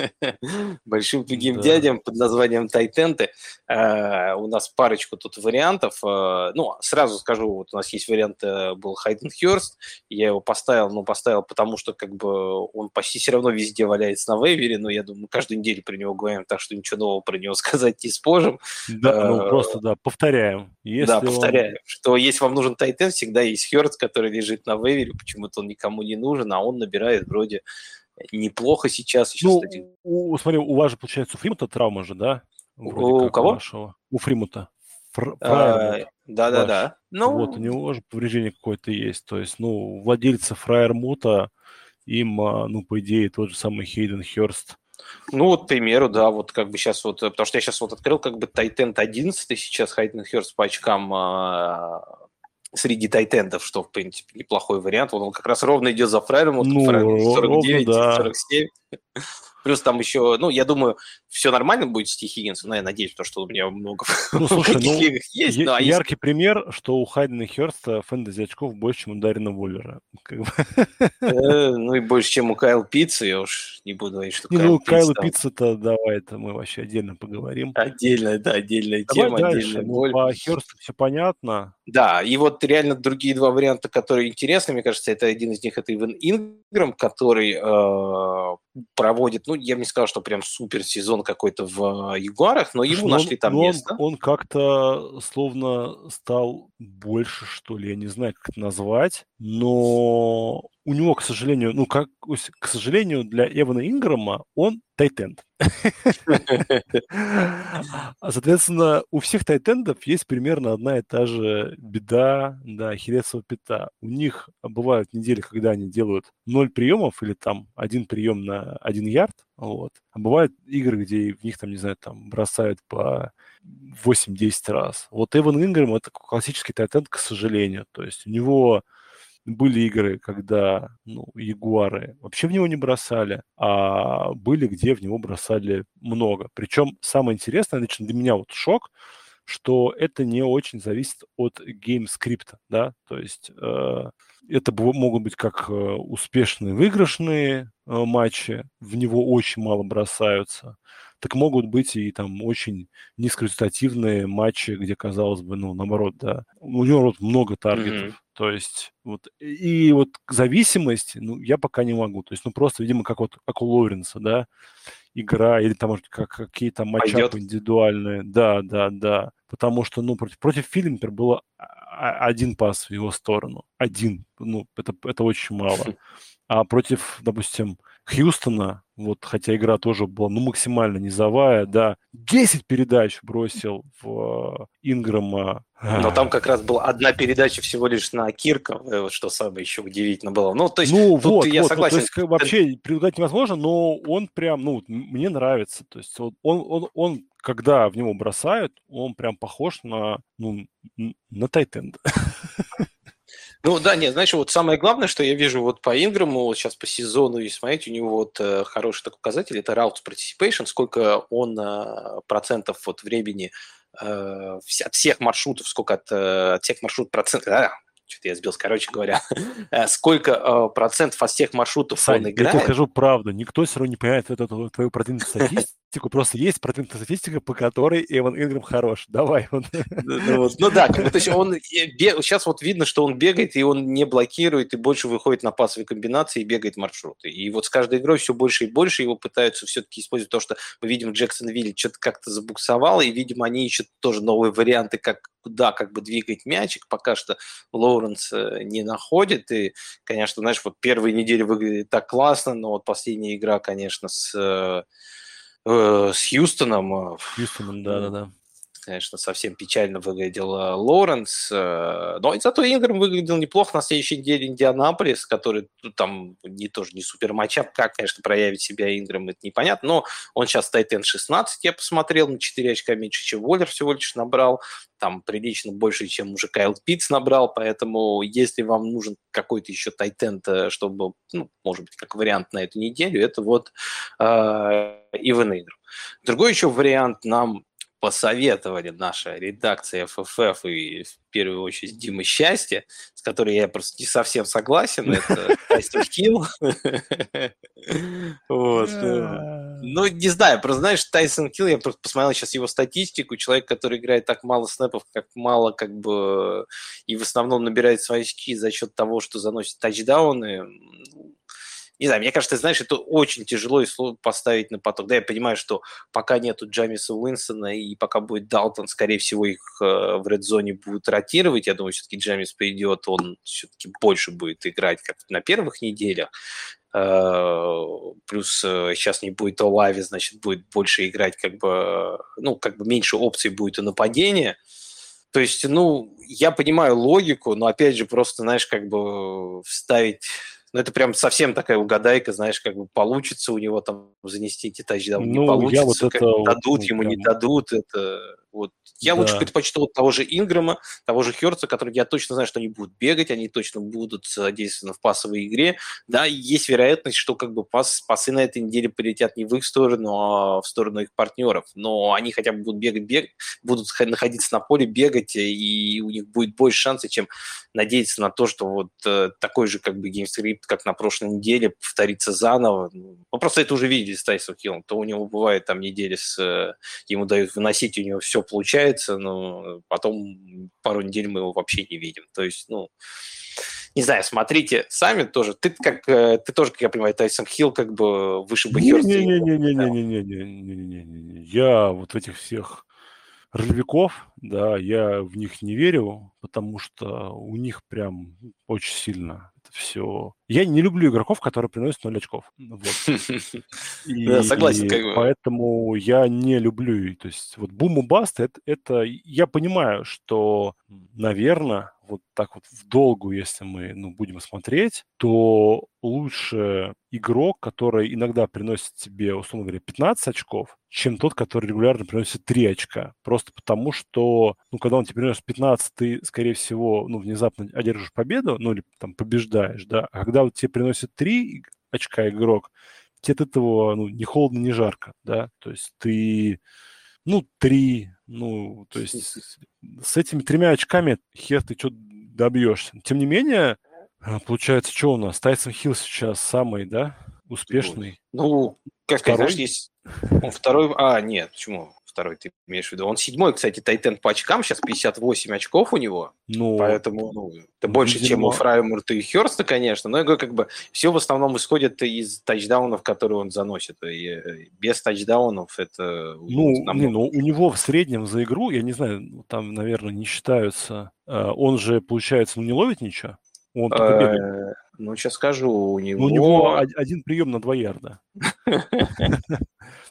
Большим тугим да. дядям под названием тайтенты. Uh, у нас парочку тут вариантов. Uh, ну, сразу скажу, вот у нас есть вариант, uh, был Хайден Хёрст. Я его поставил, но поставил, потому что как бы он почти все равно везде валяется на вейвере, но я думаю, мы каждую неделю про него говорим, так что ничего нового про него сказать не сможем. Да, uh, ну просто, да, повторяем. Если да, повторяю, он... что если вам нужен тайтенд, всегда есть Хёрст, который лежит на вейвере, почему-то он никому не нужен, а он набирает вроде неплохо сейчас. Еще, ну, кстати... у, смотри, у вас же, получается, у Фримута травма же, да? Вроде у кого? У, у Фримута. Да-да-да. Ну... Вот, у него же повреждение какое-то есть. То есть, ну, владельцы Фраермута, им, ну, по идее, тот же самый Хейден Хёрст. Ну, вот, к примеру, да, вот как бы сейчас вот, потому что я сейчас вот открыл как бы тайтенд одиннадцать, сейчас Хайден Хёрст по очкам среди тайтендов, что, в принципе, неплохой вариант. Вот он как раз ровно идет за Фрайером, вот ну, сорок девять, ровно, да. сорок семь. Плюс там еще, ну, я думаю, все нормально будет с Ти Хиггинсом, но я надеюсь, потому что у меня много ну, слушай, ну, есть. Е- ну, а яркий есть... пример, что у Хайдена Хёрста фэнтези очков больше, чем у Дарина Воллера. Ну и больше, чем у Кайл Питца, я уж не буду говорить, что Кайл Ну, Кайл Питца-то давай, это мы вообще отдельно поговорим. Отдельная, да, отдельная тема, отдельная боль. По Хёрсту все понятно. Да, и вот реально другие два варианта, которые интересны, мне кажется, это один из них, это Иван Инграм, который э, проводит, ну, я бы не сказал, что прям супер сезон какой-то в э, Ягуарах, но ему он, нашли там место. Он, он как-то словно стал больше, что ли, я не знаю, как это назвать, но у него, к сожалению, ну, как, к сожалению, для Эвана Инграма он тайтенд. Соответственно, у всех тайтендов есть примерно одна и та же беда, да, ахиллесова пята. У них бывают недели, когда они делают ноль приемов или там один прием на один ярд, вот. А бывают игры, где в них там, не знаю, там бросают по восемь-десять раз. Вот Эван Инграм — это классический тайтенд, к сожалению. То есть у него были игры, когда, ну, ягуары вообще в него не бросали, а были, где в него бросали много. Причем самое интересное, лично для меня вот шок, что это не очень зависит от гейм-скрипта, да, то есть э, это могут быть как успешные выигрышные э, матчи, в него очень мало бросаются, так могут быть и там очень низкорезультативные матчи, где, казалось бы, ну, наоборот, да, у него вот много таргетов. Mm-hmm. То есть вот, и вот зависимость, ну, я пока не могу. То есть, ну, просто, видимо, как вот как у Лоуренса, да, игра, или там, может, как какие-то матчапы индивидуальные. Да, да, да. Потому что, ну, против, против Филли, например, было один пас в его сторону. Один. Ну, это, это очень мало. А против, допустим, Хьюстона, вот, хотя игра тоже была, ну, максимально низовая, да, десять передач бросил в Инграма. Но там как раз была одна передача всего лишь на Кирка, что самое еще удивительно было. Ну, то есть, ну, тут вот, я вот, согласен. Ну, то есть, как, вообще предугадать невозможно, но он прям, ну, мне нравится. То есть, он, он, он, он когда в него бросают, он прям похож на, ну, на тайтенда. Ну да, нет, знаешь, вот самое главное, что я вижу вот по Инграму, вот сейчас по сезону, и смотрите, у него вот э, хороший такой показатель, это route participation, сколько он э, процентов вот времени э, от всех маршрутов, сколько от, э, от всех маршрутов процентов, а, что-то я сбился, короче говоря, сколько э, процентов от всех маршрутов Сань, он играет. Я тебе скажу правду, никто все равно не понимает эту, эту твою продвинутую статистику, просто есть продвинутая статистика, по которой Эван Инграм хорош. Давай. Ну, ну, вот, ну да, как бы, то есть он бег, сейчас вот видно, что он бегает, и он не блокирует, и больше выходит на пасовые комбинации и бегает маршруты. И вот с каждой игрой все больше и больше его пытаются все-таки использовать, то, что мы видим, Джексонвилл что-то как-то забуксовало, и, видимо, они ищут тоже новые варианты, как куда как бы двигать мячик, пока что Лоуренс не находит, и, конечно, знаешь, вот первые недели выглядит так классно, но вот последняя игра, конечно, с, э, с Хьюстоном... Хьюстоном, да-да-да. Конечно, совсем печально выглядел Лоуренс, но и зато Инграм выглядел неплохо на следующей неделе. Индианаполис, который ну, там не тоже не супер матчап, как, конечно, проявить себя Инграм, это непонятно, но он сейчас Тайтен шестнадцать, я посмотрел, на четыре очка меньше, чем Уоллер всего лишь набрал, там прилично больше, чем уже Кайл Питтс набрал, поэтому если вам нужен какой-то еще тайтенд, чтобы, ну, может быть, как вариант на эту неделю, это вот э, Иван Инграм. Другой еще вариант нам посоветовали наша редакция эф эф эф и в первую очередь Дима Счастье, с которой я просто не совсем согласен, это Тайсон Хилл. Ну, не знаю, просто знаешь, Тайсон Хилл, я просто посмотрел сейчас его статистику, человек, который играет так мало снэпов, как мало, как бы, и в основном набирает свои очки за счет того, что заносит тачдауны. Не знаю, мне кажется, знаешь, это очень тяжело и сложно поставить на поток. Да, я понимаю, что пока нету Джамиса Уинсона и пока будет Далтон, скорее всего, их э, в редзоне будут ротировать. Я думаю, все-таки Джамис придет, он все-таки больше будет играть, как на первых неделях. Э, плюс э, сейчас не будет Олави, значит, будет больше играть, как бы, ну, как бы меньше опций будет и нападения. То есть, ну, я понимаю логику, но, опять же, просто, знаешь, как бы вставить... Ну, это прям совсем такая угадайка, знаешь, как бы получится у него там занести эти тачдауны, ну, не получится, вот это, дадут вот, ему, прям... не дадут, это вот. Я да. лучше предпочту того же Инграма, того же Хёртса, который я точно знаю, что они будут бегать, они точно будут задействованы в пасовой игре. Да, есть вероятность, что как бы пас, пасы на этой неделе полетят не в их сторону, а в сторону их партнеров. Но они хотя бы будут бегать, бегать, будут находиться на поле, бегать, и у них будет больше шансов, чем надеяться на то, что вот э, такой же как бы геймскрипт, как на прошлой неделе, повторится заново. Ну, просто это уже видели с Тайсоном Хиллом. То у него бывает там недели с... Э, ему дают выносить, у него все получается, но потом пару недель мы его вообще не видим. То есть, ну, не знаю, смотрите сами тоже. Ты как, ты тоже, как я понимаю, Тайсон Хилл как бы выше бы Хёрста. Не-не-не-не-не-не-не-не-не-не. Я вот этих всех ролевиков, да, я в них не верю, потому что у них прям очень сильно это все... Я не люблю игроков, которые приносят ноль очков. Вот. И, да, согласен. И как бы. Поэтому я не люблю. То есть вот бум и баст, это, это... Я понимаю, что, наверное, вот так вот в долгу, если мы ну, будем смотреть, то лучше игрок, который иногда приносит тебе, условно говоря, пятнадцать очков, чем тот, который регулярно приносит три очка. Просто потому, что, ну, когда он тебе приносит пятнадцать, ты, скорее всего, ну, внезапно одержишь победу, ну, или там побеждаешь, да. А когда вот тебе приносит три очка игрок, тебе от этого, ну, ни холодно, ни жарко, да. То есть ты, ну, три, ну, то есть с этими тремя очками хер ты что добьешься. Тем не менее, получается, что у нас? Тайсон Хилл сейчас самый, да, успешный. Ну, как сказать, знаешь, есть... Он второй... А, нет, почему второй ты имеешь в виду? Он седьмой, кстати, тайтенд по очкам, сейчас пятьдесят восемь очков у него, ну, поэтому ну, это больше, видимо... чем у Фраймурта и Хёрста, конечно, но я говорю, как бы все в основном исходит из тачдаунов, которые он заносит, и без тачдаунов это... Ну, намного... не, ну, у него в среднем за игру, я не знаю, там, наверное, не считаются, он же, получается, ну, не ловит ничего? Он только бегает. Ну, сейчас скажу, у него... Ну, у него один прием на два ярда.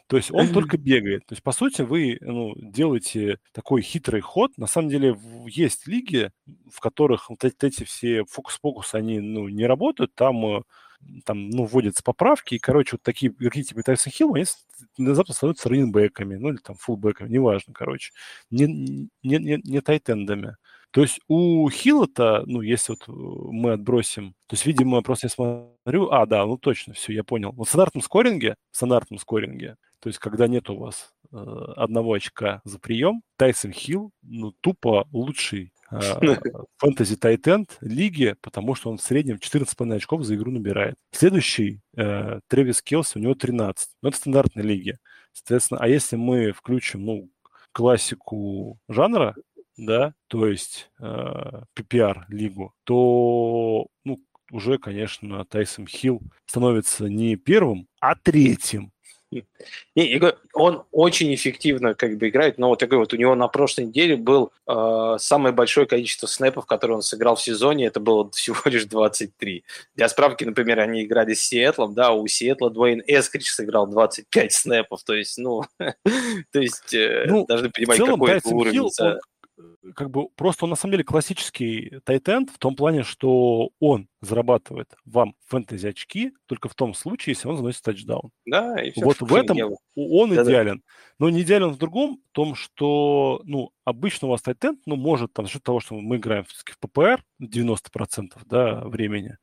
То есть он только бегает. То есть, по сути, вы ну, делаете такой хитрый ход. На самом деле, в- есть лиги, в которых вот эти, эти все фокус-покусы, они ну, не работают. Там, э, там ну, вводятся поправки. И, короче, вот такие игроки типа Тайсон Хилл, они с- внезапно становятся раннинбэками, ну или там фулбэками, неважно, короче. Не, не, не, не тайтендами. То есть у Хилла-то, ну, если вот э, мы отбросим, то есть, видимо, просто я смотрю, а, да, ну точно, все, я понял. Вот в стандартном скоринге, в стандартном скоринге, то есть, когда нет у вас э, одного очка за прием, Тайсон Хилл, ну, тупо лучший э, фэнтези тайтенд лиги, потому что он в среднем четырнадцать с половиной очков за игру набирает. Следующий, э, Трэвис Келси, у него тринадцать. Ну, это стандартная лиги. Соответственно, а если мы включим, ну, классику жанра, да, то есть э, пи пи ар-лигу, то, ну, уже, конечно, Тайсон Хилл становится не первым, а третьим. Не, я говорю, он очень эффективно как бы играет, но вот я говорю, вот у него на прошлой неделе был э, самое большое количество снэпов, которые он сыграл в сезоне, это было всего лишь двадцать три. Для справки, например, они играли с Сиэтлом, да, у Сиэтла Дуэйн Эскридж сыграл двадцать пять снэпов, то есть, ну, то есть, э, Ну, должны в понимать, целом, какой это Тайсон уровень. Хилл, он э, как бы просто он на самом деле классический тайтенд в том плане, что он зарабатывает вам фэнтези очки только в том случае, если он заносит тачдаун. Да, и все. Вот в этом Я- у- он Да-да. идеален. Но не идеален в другом, в том, что, ну, обычно у вас тайтенд, ну, может, там, за счет того, что мы играем все-таки в пи пи ар девяносто процентов, да, времени,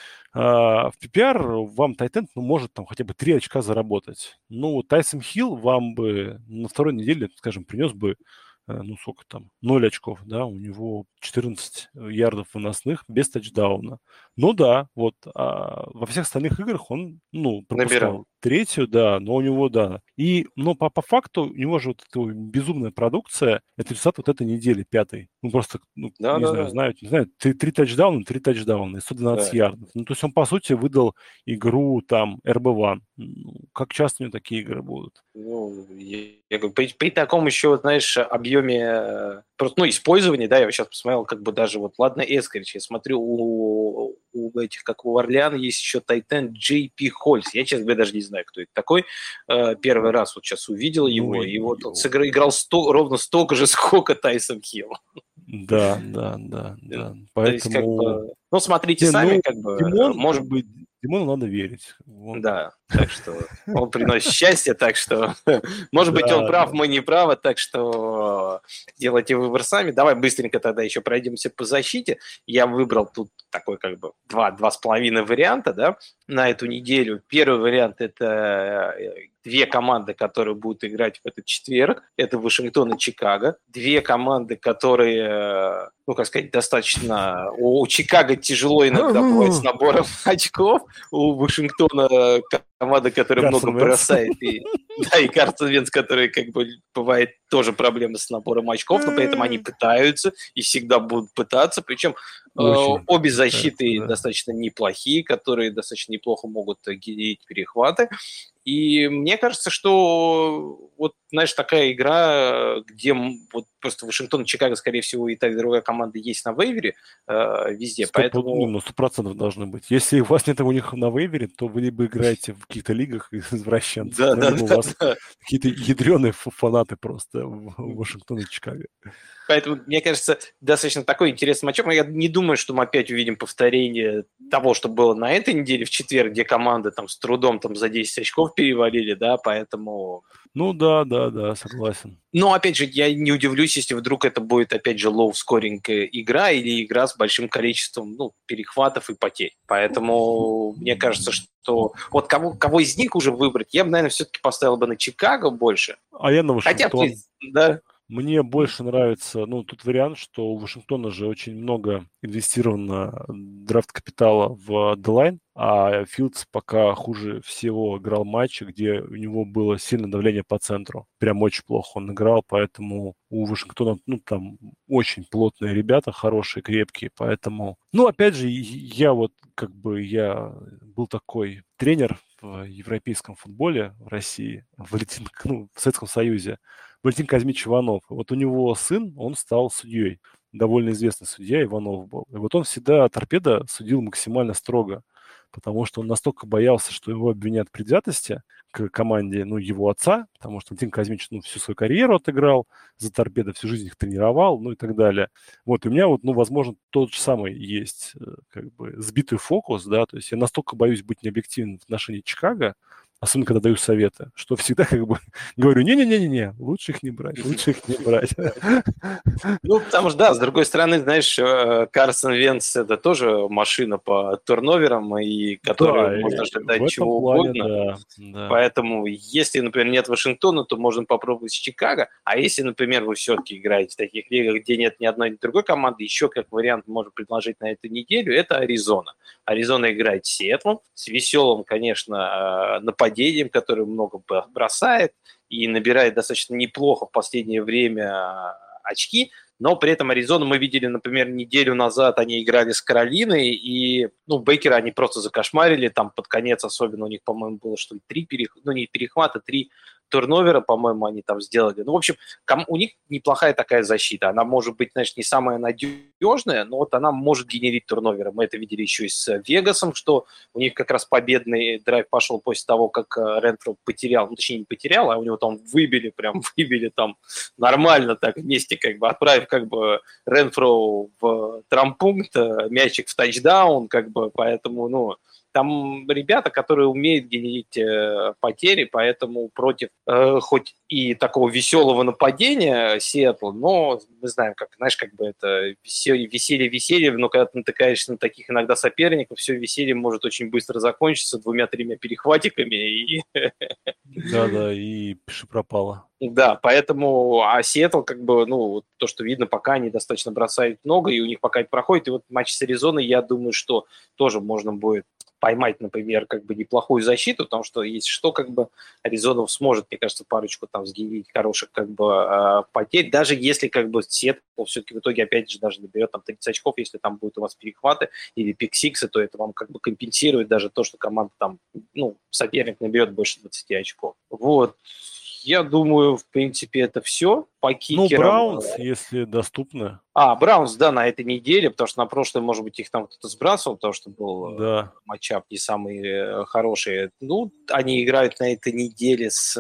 а в пи пи ар вам тайтенд, ну, может там хотя бы три очка заработать. Ну, Тайсон Хилл вам бы на второй неделе, скажем, принес бы, э, ну, сколько там, ноль очков, да, у него четырнадцать ярдов выносных без тачдауна. Ну да, вот а во всех остальных играх он, ну, пропускал Набирал. третью, да, но у него, да. И, но по, по факту у него же вот эта безумная продукция, это результат вот этой недели, пятой. Ну, просто, ну, Да, не да, знаю, да, знают, не знают, три, три тачдауна, три тачдауна и сто двенадцать да. ярдов. Ну, то есть он, по сути, выдал игру там эр би один. Ну, как часто у него такие игры будут? Ну, я, я говорю, при, при таком еще, знаешь, объеме э, просто, ну, использования, да, я сейчас посмотрел, как бы даже вот, ладно, Эскрич, я смотрю, у, у этих, как у Орлеана, есть еще Тайтен Джей Пи Хольс. Я, честно говоря, даже не знаю, кто это такой. Э, первый раз вот сейчас увидел Ну, его, и и- вот он сыграл, играл сто, ровно столько же, сколько Тайсон Хилл. Да, да, да, да. То есть, как Поэтому... бы, ну, смотрите Не, сами, ну, как бы, Димон, может как бы, Димону надо верить. Он- Да, так что он приносит счастье, так что, может быть, он Да, прав, да. мы не правы, так что делайте выбор сами. Давай быстренько тогда еще пройдемся по защите. Я выбрал тут такой как бы два, два с половиной варианта, да, на эту неделю. Первый вариант – это э, две команды, которые будут играть в этот четверг. Это Вашингтон и Чикаго. Две команды, которые, э, ну, как сказать, достаточно... У Чикаго тяжело иногда бывает с набором очков. У Вашингтона команда, которая Карсон много Венц. бросает. И, да, и Карсон Венц, который, как бы, бывает тоже проблемы с набором очков, но при этом они пытаются и всегда будут пытаться. Причем э, Очень обе защиты пытаются, да. достаточно неплохие, которые достаточно неплохо могут генерить перехваты. И мне кажется, что вот, знаешь, такая игра, где вот просто Вашингтон и Чикаго, скорее всего, и та, и другая команда есть на вейвере э, везде, Сто, поэтому... ну, сто процентов должны быть. Если у вас нет у них на вейвере, то вы либо играете в каких-то лигах извращенцев, Да, ну, да, либо у да, вас да. какие-то ядреные ф- фанаты просто в в Вашингтоне и Чикаго. Поэтому, мне кажется, достаточно такой интересный матчап. Но я не думаю, что мы опять увидим повторение того, что было на этой неделе в четверг, где команды там с трудом там за десять очков перевалили, да, поэтому... Ну да, да, да, согласен. Но, опять же, я не удивлюсь, если вдруг это будет, опять же, low-scoring игра или игра с большим количеством, ну, перехватов и потерь. Поэтому мне кажется, что вот кого, кого из них уже выбрать, я бы, наверное, все-таки поставил бы на Чикаго больше. А я на Хотя, Вашингтон. да, Мне больше нравится, ну, тут вариант, что у Вашингтона же очень много инвестировано драфт-капитала в D-line, а Филдс пока хуже всего играл матчи, где у него было сильное давление по центру. Прям очень плохо он играл, поэтому у Вашингтона, ну, там очень плотные ребята, хорошие, крепкие, поэтому... Ну, опять же, я вот, как бы, я был такой тренер в европейском футболе в России, в, Валентин, ну, в Советском Союзе, Валентин Казмич Иванов. Вот у него сын, он стал судьей. Довольно известный судья Иванов был. И вот он всегда торпедо судил максимально строго. потому что он настолько боялся, что его обвинят в предвзятости к команде, ну, его отца, потому что Валентин Казимирович, ну, всю свою карьеру отыграл за Торпедо, всю жизнь их тренировал, ну, и так далее. Вот, и у меня вот, ну, возможно, тот же самый есть, как бы, сбитый фокус, да, то есть я настолько боюсь быть необъективным в отношении Чикаго, особенно когда даю советы, что всегда как бы говорю, не-не-не-не, лучше их не брать, лучше их не брать. Ну, потому что, да, с другой стороны, знаешь, Карсон Венц – это тоже машина по турноверам, и которую Да, можно и ждать в чего этом плане, угодно. да, да. Поэтому, если, например, нет Вашингтона, то можно попробовать с Чикаго. А если, например, вы все-таки играете в таких лигах, где нет ни одной, ни другой команды, еще как вариант можно предложить на эту неделю, это Аризона. Аризона играет с Сиэтлом, с веселым, конечно, нападением, которое много бросает и набирает достаточно неплохо в последнее время очки. Но при этом Аризону мы видели, например, неделю назад они играли с Каролиной, и, ну, Бейкера они просто закошмарили, там под конец особенно у них, по-моему, было, что ли, три перехвата, ну, не перехвата, три турновера, по-моему, они там сделали. Ну, в общем, у них неплохая такая защита. Она может быть, значит, не самая надежная, но вот она может генерить турноверы. Мы это видели еще и с Вегасом, что у них как раз победный драйв пошел после того, как Ренфро потерял, ну, точнее, не потерял, а у него там выбили, прям выбили там нормально так вместе, как бы отправив как бы Ренфро в травмпункт, мячик в тачдаун, как бы, поэтому, ну, там ребята, которые умеют генерить э, потери, поэтому против э, хоть и такого веселого нападения Сиэтла, но мы знаем, как, знаешь, как бы это веселье, веселье, веселье, но когда ты натыкаешься на таких иногда соперников, все веселье может очень быстро закончиться двумя-тремя перехватиками. И... Да-да, и пиши пропало. Да, поэтому, а Сиэтл, как бы, ну, то, что видно, пока они достаточно бросают много, и у них пока это проходит, и вот матч с Аризоной, я думаю, что тоже можно будет поймать, например, как бы неплохую защиту, потому что если что, как бы Аризона сможет, мне кажется, парочку там сгенерить хороших как бы потерь, даже если как бы Сиэтл все-таки в итоге опять же даже наберет там тридцать очков, если там будут у вас перехваты или пик-сиксы, то это вам как бы компенсирует даже то, что команда там, ну, соперник наберет больше двадцати очков. Вот. Я думаю, в принципе, это все по кикерам. Ну, Браунс, если доступно. А, Браунс, да, на этой неделе, потому что на прошлой, может быть, их там кто-то сбрасывал, потому что был да. матчап не самый хороший. Ну, они играют на этой неделе с...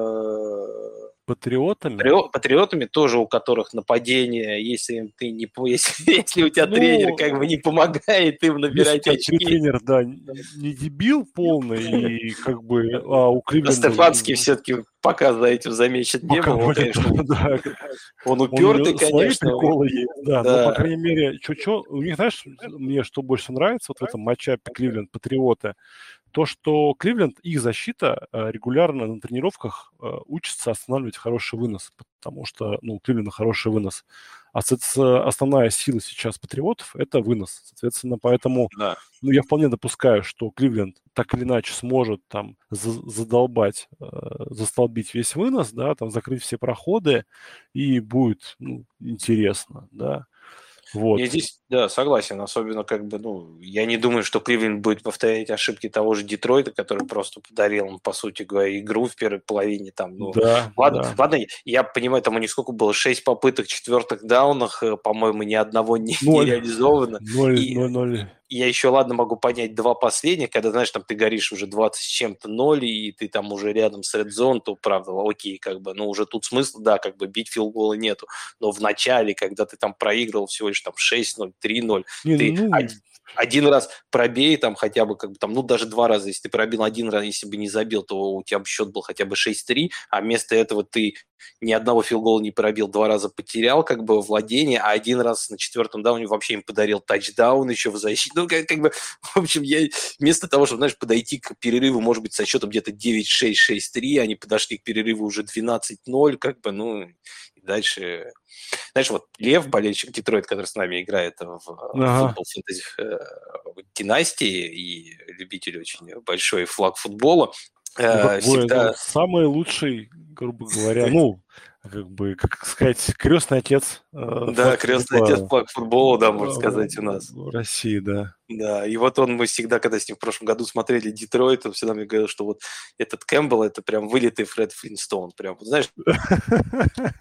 Патриотами? Патриотами тоже, у которых нападение, если ты не если, если у тебя ну, тренер как бы не помогает им набирать очки. Тренер, да, не дебил полный, и как бы а у Кливленда... Стефанский все-таки пока за этим замечен не был. Он, конечно, да. Он упертый, он, конечно. Свои приколы есть, да, да. Но, по крайней мере, чё-чё, у них, знаешь, мне что больше нравится вот в этом матчапе Кливленд-Патриоты, то, что Кливленд, их защита регулярно на тренировках учится останавливать хороший вынос, потому что, ну, у Кливленда хороший вынос. А основная сила сейчас Патриотов – это вынос. Соответственно, поэтому да. ну, я вполне допускаю, что Кливленд так или иначе сможет там задолбать, застолбить весь вынос, да, там закрыть все проходы, и будет ну, интересно, да. Вот. Я здесь, да, согласен, особенно как бы, ну, я не думаю, что Кливленд будет повторять ошибки того же Детройта, который просто подарил им, по сути говоря, игру в первой половине, там, ну, да, ладно, да. ладно, я понимаю, там у них сколько было, шесть попыток в четвертых даунах, по-моему, ни одного не, не реализовано. Ноль, и, ноль, ноль. Я еще, ладно, могу понять два последних, когда, знаешь, там ты горишь уже двадцать с чем-то ноль, и ты там уже рядом с Red Zone, то, правда, окей, как бы, ну, уже тут смысла, да, как бы бить филгола нету, но в начале, когда ты там проигрывал всего лишь там шесть ноль, три ноль, Не, ты ну... один, один раз пробей там хотя бы, как бы там, ну, даже два раза, если ты пробил один раз, если бы не забил, то у тебя бы счет был хотя бы шесть три, а вместо этого ты ни одного филгола не пробил, два раза потерял как бы владение, а один раз на четвертом дауне вообще им подарил тачдаун еще в защите. Ну, как, как бы, в общем, я вместо того, чтобы, знаешь, подойти к перерыву, может быть, со счетом где-то девять шесть, шесть три, они подошли к перерыву уже двенадцать ноль, как бы, ну, и дальше... Знаешь, вот Лев, болельщик Детройт, который с нами играет в ага. футбол фэнтези династии и любитель очень большой флаг футбола, ну, всегда... Самый лучший, грубо говоря, ну, как бы, как сказать, крестный отец. Да, крестный отец флаг футбола, да, можно сказать, у нас. В России, да. Да, и вот он, мы всегда, когда с ним в прошлом году смотрели Детройт, он всегда мне говорил, что вот этот Кэмпбелл, это прям вылитый Фред Флинстоун, прям, вот, знаешь,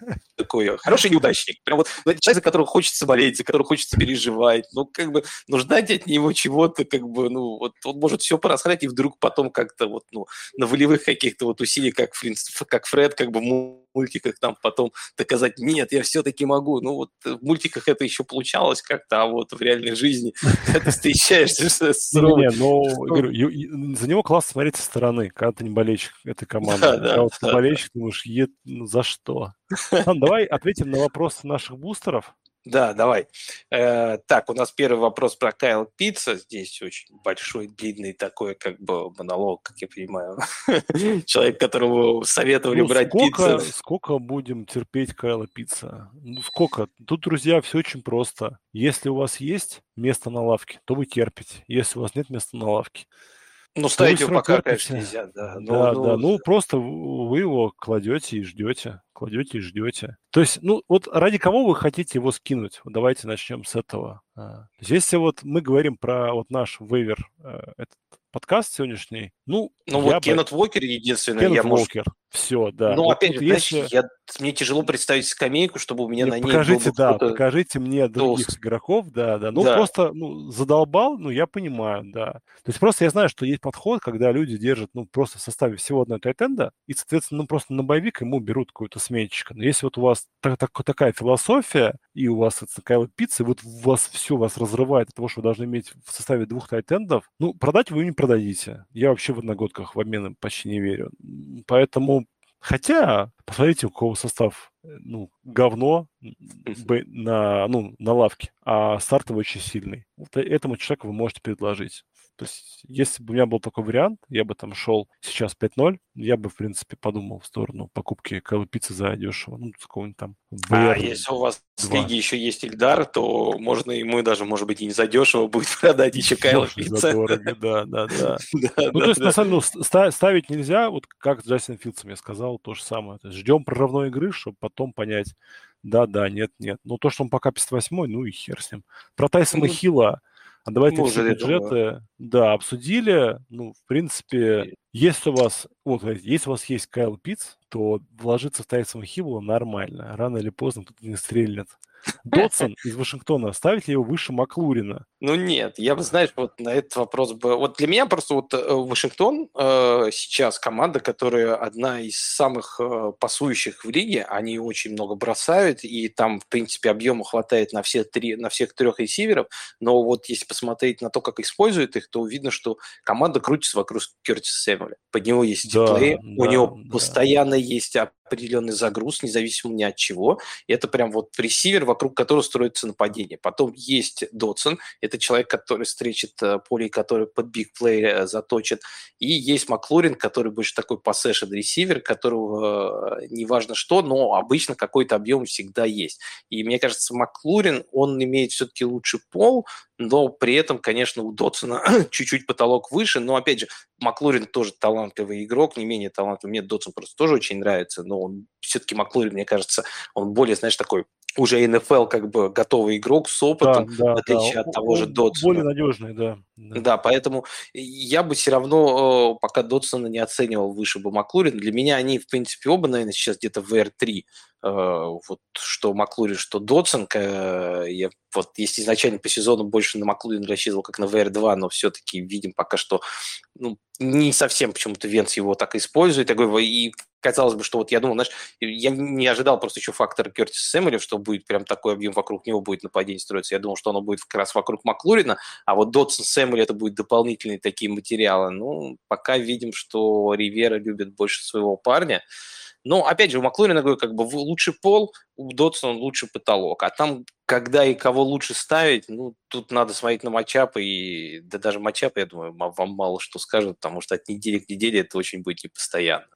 такой хороший неудачник. Прям вот ну, человек, за которого хочется болеть, за которого хочется переживать. Ну, как бы, ну, ждать от него чего-то, как бы, ну, вот он может все порасхлять, и вдруг потом как-то вот, ну, на волевых каких-то вот усилий, как, Флинс, как Фред, как бы в мультиках там потом доказать, нет, я все-таки могу. Ну, вот в мультиках это еще получалось как-то, а вот в реальной жизни, когда ты встречаешься с Не-не-не, но, говорю, ю- ю- за него классно смотреть со стороны, когда ты не болельщик этой команды. Да, Когда да, вот ты да. болельщик, думаешь, «Е- ну за что? Ладно, давай ответим на вопросы наших бустеров. Да, давай. Э, так, у нас первый вопрос про Кайла Питтса. Здесь очень большой, длинный такой, как бы, монолог, как я понимаю. Человек, которого советовали Ну, брать Питтса. сколько, сколько будем терпеть Кайла Питтса? Ну, сколько? Тут, друзья, все очень просто. Если у вас есть место на лавке, то вы терпите. Если у вас нет места на лавке, Ну, то вы ставить все его равно пока, конечно, терпите. нельзя, да. Ну, Да, да. ну, Ну, просто в- вы его кладете и ждете. Кладете и ждете. То есть, ну, вот ради кого вы хотите его скинуть? Вот давайте начнем с этого. А, то есть если вот мы говорим про вот наш вейвер, э, этот подкаст сегодняшний, ну, ну я вот бы... Кеннет Уокер единственное, Кеннет я, может, Уокер. Все, да. ну, Вот опять тут же, знаешь, если... я, мне тяжело представить скамейку, чтобы у меня Не, на ней был покажите, бы да, кто-то покажите мне других толстый. игроков, да, да. Ну, Да. просто, ну, задолбал, ну, я понимаю, да. То есть просто я знаю, что есть подход, когда люди держат, ну, просто в составе всего одного тайтенда, и, соответственно, ну, просто на боевик ему берут какую-то сменщика. Но если вот у вас так, так- такая философия, и у вас это такая пицца, и вот у вас все вас разрывает от того, что вы должны иметь в составе двух тайтендов, ну, продать вы не продадите. Я вообще в одногодках в обмены почти не верю. М, Поэтому Хотя, посмотрите, у кого состав, э, ну, говно б- на, ну, на лавке, а стартовый очень сильный. Вот э- этому человеку вы можете предложить. То есть, если бы у меня был такой вариант, я бы там шел сейчас пять ноль, я бы, в принципе, подумал в сторону покупки Кэлла Питца за дешево. Ну, с какого-нибудь там А ВР если у вас в два. лиге еще есть Ильдар, то можно ему даже, может быть, и не задешево будет продать еще Кайла Может, и Питтса. задорого, да, да, да. Да, Ну, да, то есть, на да. самом деле, ну, ста- ставить нельзя, вот как с Джастином Филдсом я сказал, то же самое. То есть ждем прорывной игры, чтобы потом понять, да, да, нет, нет. Но то, что он пока пятьдесят восьмой, ну и хер с ним. Про Тайсона Ну, Хилла, а давайте мы все уже, я думаю, бюджеты, да, обсудили. Ну, в принципе, если у вас, вот, смотрите, если у вас есть Кайл Питтс, то вложиться в Тайсона Хилла нормально. Рано или поздно кто-то не стрельнет. Дотсон из Вашингтона, ставить ли его выше Маклурина? ну нет, я бы, знаешь, вот на этот вопрос бы... Вот для меня просто вот э, Вашингтон э, сейчас команда, которая одна из самых э, пасующих в лиге, они очень много бросают, и там, в принципе, объема хватает на, все три, на всех трех ресиверов, но вот если посмотреть на то, как используют их, то видно, что команда крутится вокруг Кертиса Сэмюэля. Под него есть Да, плей, у да, него да. постоянно есть определенный загруз, независимо ни от чего. И это прям вот ресивер, вокруг которого строится нападение. Потом есть Дотсон, это человек, который встречит поле, который под бигплей заточит. И есть Маклурин, который больше такой поссешн ресивер, которого э, не важно что, но обычно какой-то объем всегда есть. И мне кажется, Маклурин, он имеет все-таки лучший пол, но при этом, конечно, у Дотсона чуть-чуть потолок выше. Но, опять же, Маклурин тоже талантливый игрок, не менее талантливый. Мне Дотсон просто тоже очень нравится, но он все-таки Маклурин, мне кажется, он более, знаешь, такой уже эн эф эл как бы готовый игрок с опытом, Да, да, в да. отличие от О- того же о- более Дотсона. надежный, да. да. Да, поэтому я бы все равно, э, пока Дотсона не оценивал выше бы Маклурин. Для меня они, в принципе, оба, наверное, сейчас где-то в эр три. Э, Вот что Маклурин, что Дотсон. Э, Я вот если изначально по сезону больше на Маклурин рассчитывал, как на вэ эр два, но все-таки видим пока что, ну, не совсем почему-то Венц его так использует. Я говорю, и казалось бы, что вот я думал, знаешь, я не ожидал просто еще фактора Кертиса Сэмюэля, что будет прям такой объем вокруг него, будет нападение строиться. Я думал, что оно будет как раз вокруг Маклурина, а вот Дотсон, Сэмюэль, это будут дополнительные такие материалы. Ну, пока видим, что Ривера любит больше своего парня. Но, опять же, у Маклурина, говорю, как бы лучший пол, у Дотсона лучший потолок. А там, когда и кого лучше ставить, ну, тут надо смотреть на матчапы. И, да даже матчапы, я думаю, вам мало что скажут, потому что от недели к неделе это очень будет непостоянно.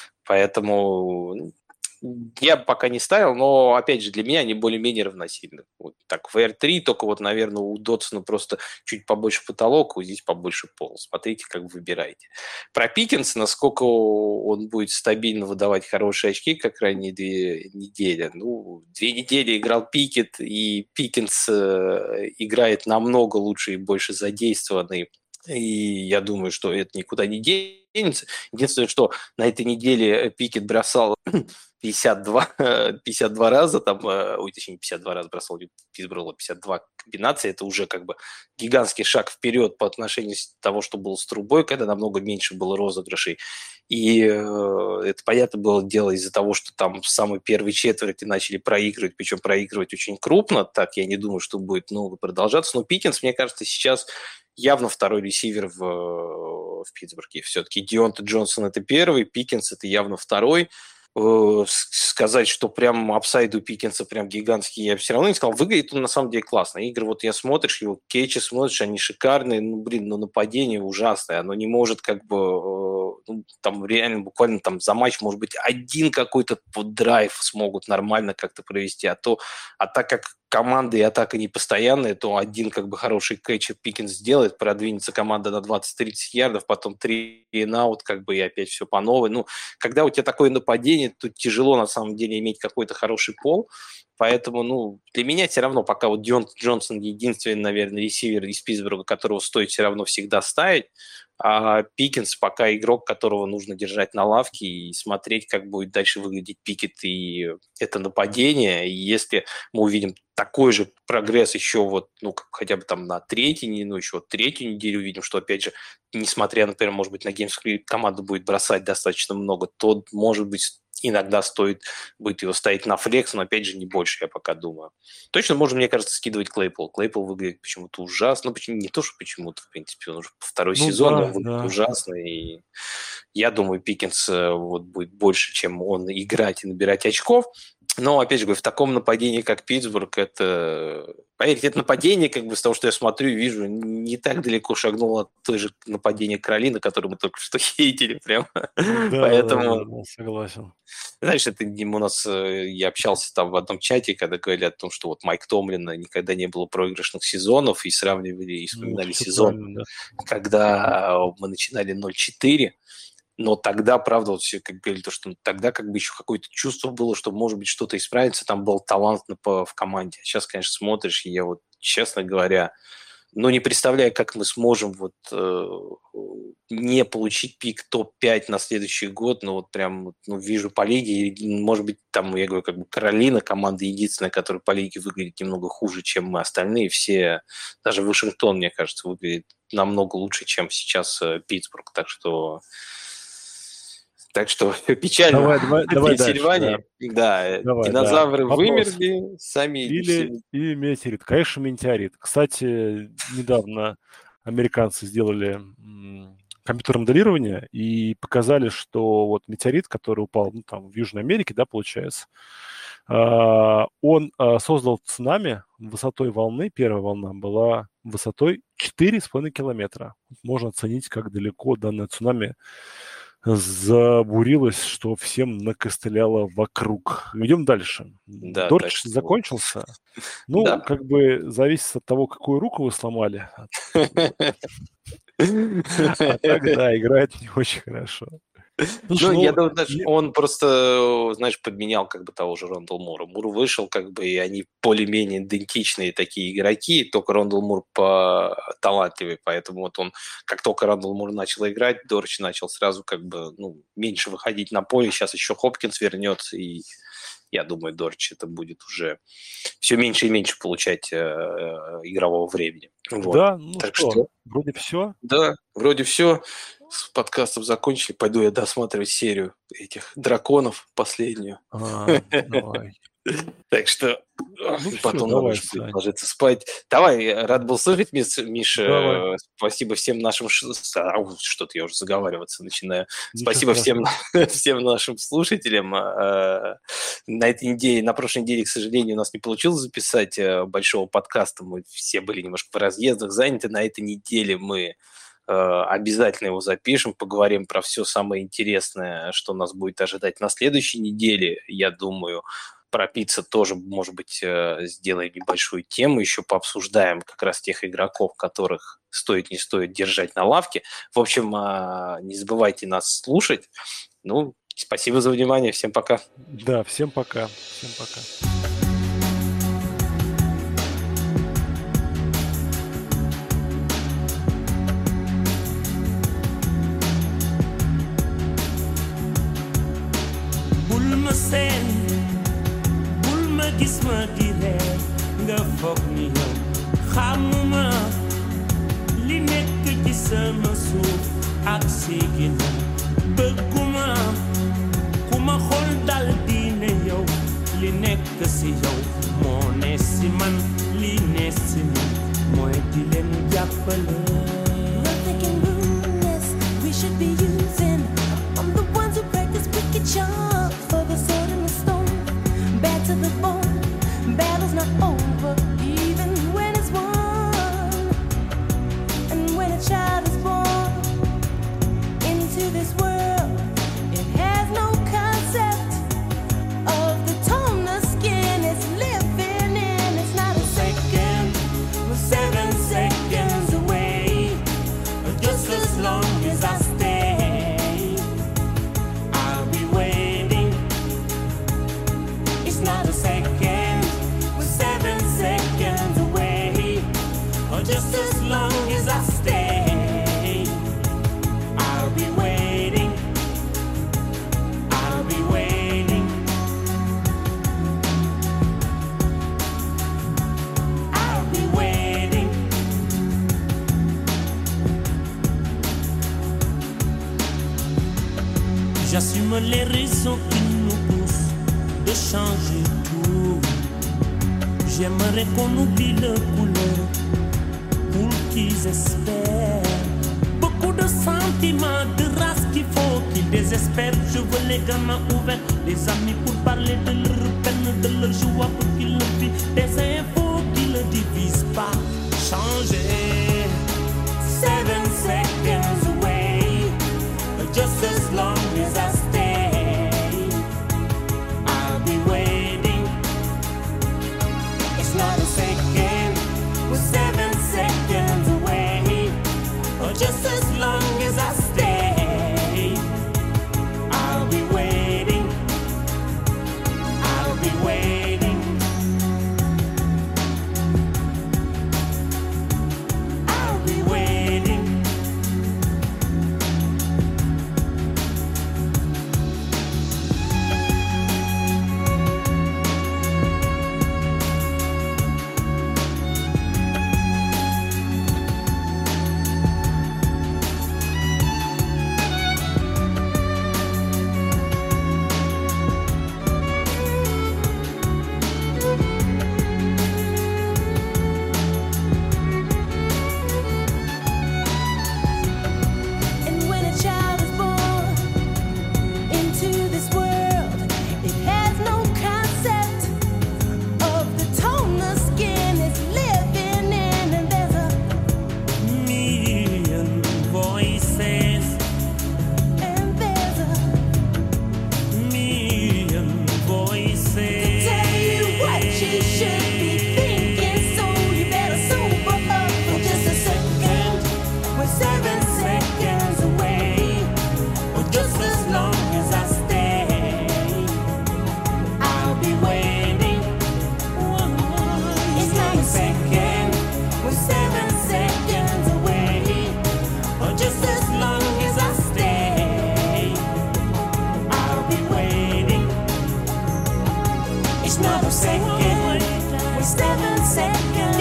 Поэтому я пока не ставил, но, опять же, для меня они более-менее равносильны. Вот так, в эр три, только вот, наверное, у Дотсона просто чуть побольше потолок, а здесь побольше пол. Смотрите, как выбираете. Про Пиккенса, насколько он будет стабильно выдавать хорошие очки, как ранее две недели. Ну, две недели играл Пикет, и Пиккенс э, играет намного лучше и больше задействованный И я думаю, что это никуда не денется. Единственное, что на этой неделе Пикет бросал пятьдесят два, пятьдесят два раза, там, ой, точнее, пятьдесят два раза бросал, Питтсбург пятьдесят два комбинации, это уже как бы гигантский шаг вперед по отношению к того, что было с трубой, когда намного меньше было розыгрышей. И э, это, понятно, было дело из-за того, что там в самой первой четверти начали проигрывать, причем проигрывать очень крупно, так я не думаю, что будет много продолжаться, но Пиккенс, мне кажется, сейчас явно второй ресивер в, в Питтсбурге. Все-таки Дионте Джонсон – это первый, Пиккенс – это явно второй. Сказать, что прям апсайд у Пиккенса прям гигантский, я все равно не сказал. Выглядит он на самом деле классно. Игры, вот я смотришь, его кетчи смотришь, они шикарные. Ну, блин, ну нападение ужасное. Оно не может как бы, ну, там реально буквально там за матч, может быть, один какой-то драйв смогут нормально как-то провести. А то, а так как команда и атака не постоянная, то один как бы хороший кэтч Пиккенс сделает, продвинется команда на двадцать-тридцать ярдов, потом три and out, как бы и опять все по новой. Ну, когда у тебя такое нападение, тут тяжело на самом деле иметь какой-то хороший пол, поэтому, ну, для меня все равно пока вот Дионте Джонсон единственный, наверное, ресивер из Питтсбурга, которого стоит все равно всегда ставить, а Пиккенс пока игрок, которого нужно держать на лавке и смотреть, как будет дальше выглядеть Пикет и это нападение. И если мы увидим такой же прогресс еще вот, ну, хотя бы там на третьей, ну, еще третью неделю увидим, что, опять же, несмотря, например, может быть, на геймскрипт команда будет бросать достаточно много, то, может быть, иногда стоит будет его ставить на флекс, но, опять же, не больше, я пока думаю. Точно можем, мне кажется, скидывать Клейпол. Клейпол выглядит почему-то ужасно. Ну, почему, не то, что почему-то, в принципе, он уже второй ну, сезон, да, он выглядит да. ужасно. И я думаю, Пиккенс вот, будет больше, чем он играть и набирать очков. Но, опять же, говорю, в таком нападении, как Питтсбург, это... Поверьте, это нападение, как бы, с того, что я смотрю и вижу, не так далеко шагнуло от той же нападения Каролины, которое мы только что хейтили прям. Да, поэтому... да, да, согласен. Знаешь, это у нас... Я общался там в одном чате, когда говорили о том, что вот Майк Томлина никогда не было проигрышных сезонов, и сравнивали, и вспоминали ну, сезон, да. когда мы начинали ноль четыре. Но тогда, правда, вот все как говорили, то, что тогда как бы еще какое-то чувство было, что, может быть, что-то исправится, там был талант в команде. Сейчас, конечно, смотришь, и я вот, честно говоря, ну, не представляю, как мы сможем вот э, не получить пик топ пять на следующий год, но вот прям, ну, вижу по лиге, может быть, там, я говорю, как бы Каролина, команда единственная, которая по лиге выглядит немного хуже, чем мы остальные, все, даже Вашингтон, мне кажется, выглядит намного лучше, чем сейчас Питтсбург, так что... Так что печально. Давай, давай, давай дальше, да. да давай, динозавры да. вымерли, сами... Или и метеорит. Конечно, метеорит. Кстати, недавно американцы сделали м, компьютерное моделирование и показали, что вот метеорит, который упал ну, там, в Южной Америке, да, получается, э, он э, создал цунами высотой волны, первая волна была высотой четыре с половиной километра. Можно оценить, как далеко данное цунами забурилось, что всем накостыляло вокруг. Идем дальше. Да, Дорч так, закончился. Ну, да. как бы зависит от того, какую руку вы сломали. А так, да, играет не очень хорошо. Ну, ну, я думаю, даже он просто, знаешь, подменял как бы того же Рондал Мура. Мур вышел, как бы, и они более-менее идентичные такие игроки, только Рондал Мур поталантливый, поэтому вот он, как только Рондал Мур начал играть, Дорч начал сразу как бы, ну, меньше выходить на поле, сейчас еще Хопкинс вернется, и я думаю, Дорч это будет уже все меньше и меньше получать э, игрового времени. Вот. Да, ну так что, что, вроде все. Да, вроде все. С подкастом закончили. Пойду я досматривать серию этих драконов, последнюю. А, давай. Так что ну, потом все, надо давай, ложиться спать. Давай, рад был слышать, Миша. Давай. Спасибо всем нашим... Что-то я уже заговариваться начинаю. Ничего Спасибо всем, всем нашим слушателям. На этой неделе, на прошлой неделе, к сожалению, у нас не получилось записать большого подкаста. Мы все были немножко в разъездах заняты. На этой неделе мы обязательно его запишем, поговорим про все самое интересное, что нас будет ожидать на следующей неделе. Я думаю, про пиццу тоже, может быть, сделаем небольшую тему, еще пообсуждаем как раз тех игроков, которых стоит, не стоит держать на лавке. В общем, не забывайте нас слушать. Ну, спасибо за внимание. Всем пока. Да, всем пока. Всем пока. gis ma di reer nga foog ni yow xamuma li nekk ci sama suuf ak sigina bëgguma ku ma xool dal di ne yow li nekk si yow moo ne si man li ne si man mooy di leen jàppale. We're thinking rudeness we should be using. I'm the ones who practice wicked charms for the sword and the stone. Bad to the bone, battle's not over even when it's won. And when a child is born into this world, it has no concept of the tone the skin is living in. It's not a second, We're seven seconds away, just as long as I stay, I'll be waiting. It's not a second, we're seven seconds away, or just as long as I stay, I'll be waiting. I'll be waiting. I'll be waiting. J'assume les raisons qui nous poussent de changer tout. J'aimerais qu'on oublie le couleur pour qu'ils espèrent. Beaucoup de sentiments, de race qu'il faut qu'ils désespèrent. Je veux les gamins ouverts, les amis pour parler de leur peine, de leur joie pour qu'ils le vivent. Des infos qui ne divisent pas. Changer. Seven seconds away, just as long as I stay, I'll be waiting. It's not a second, we're seven seconds away, or just as long as I stay, I'll be waiting. I'll be waiting. I'll be waiting. and when a child is born into this world, it has no concept of the tone the skin is living in. And there's a Million voices, and there's a million voices. tell you what you should be thinking, so you better sober up for just a second. We're seven seconds away, or just as long as I stay, I'll be waiting. It's not a Second, we're seven seconds away, or just as long as I stay, I'll be waiting. It's not a second, we're seven seconds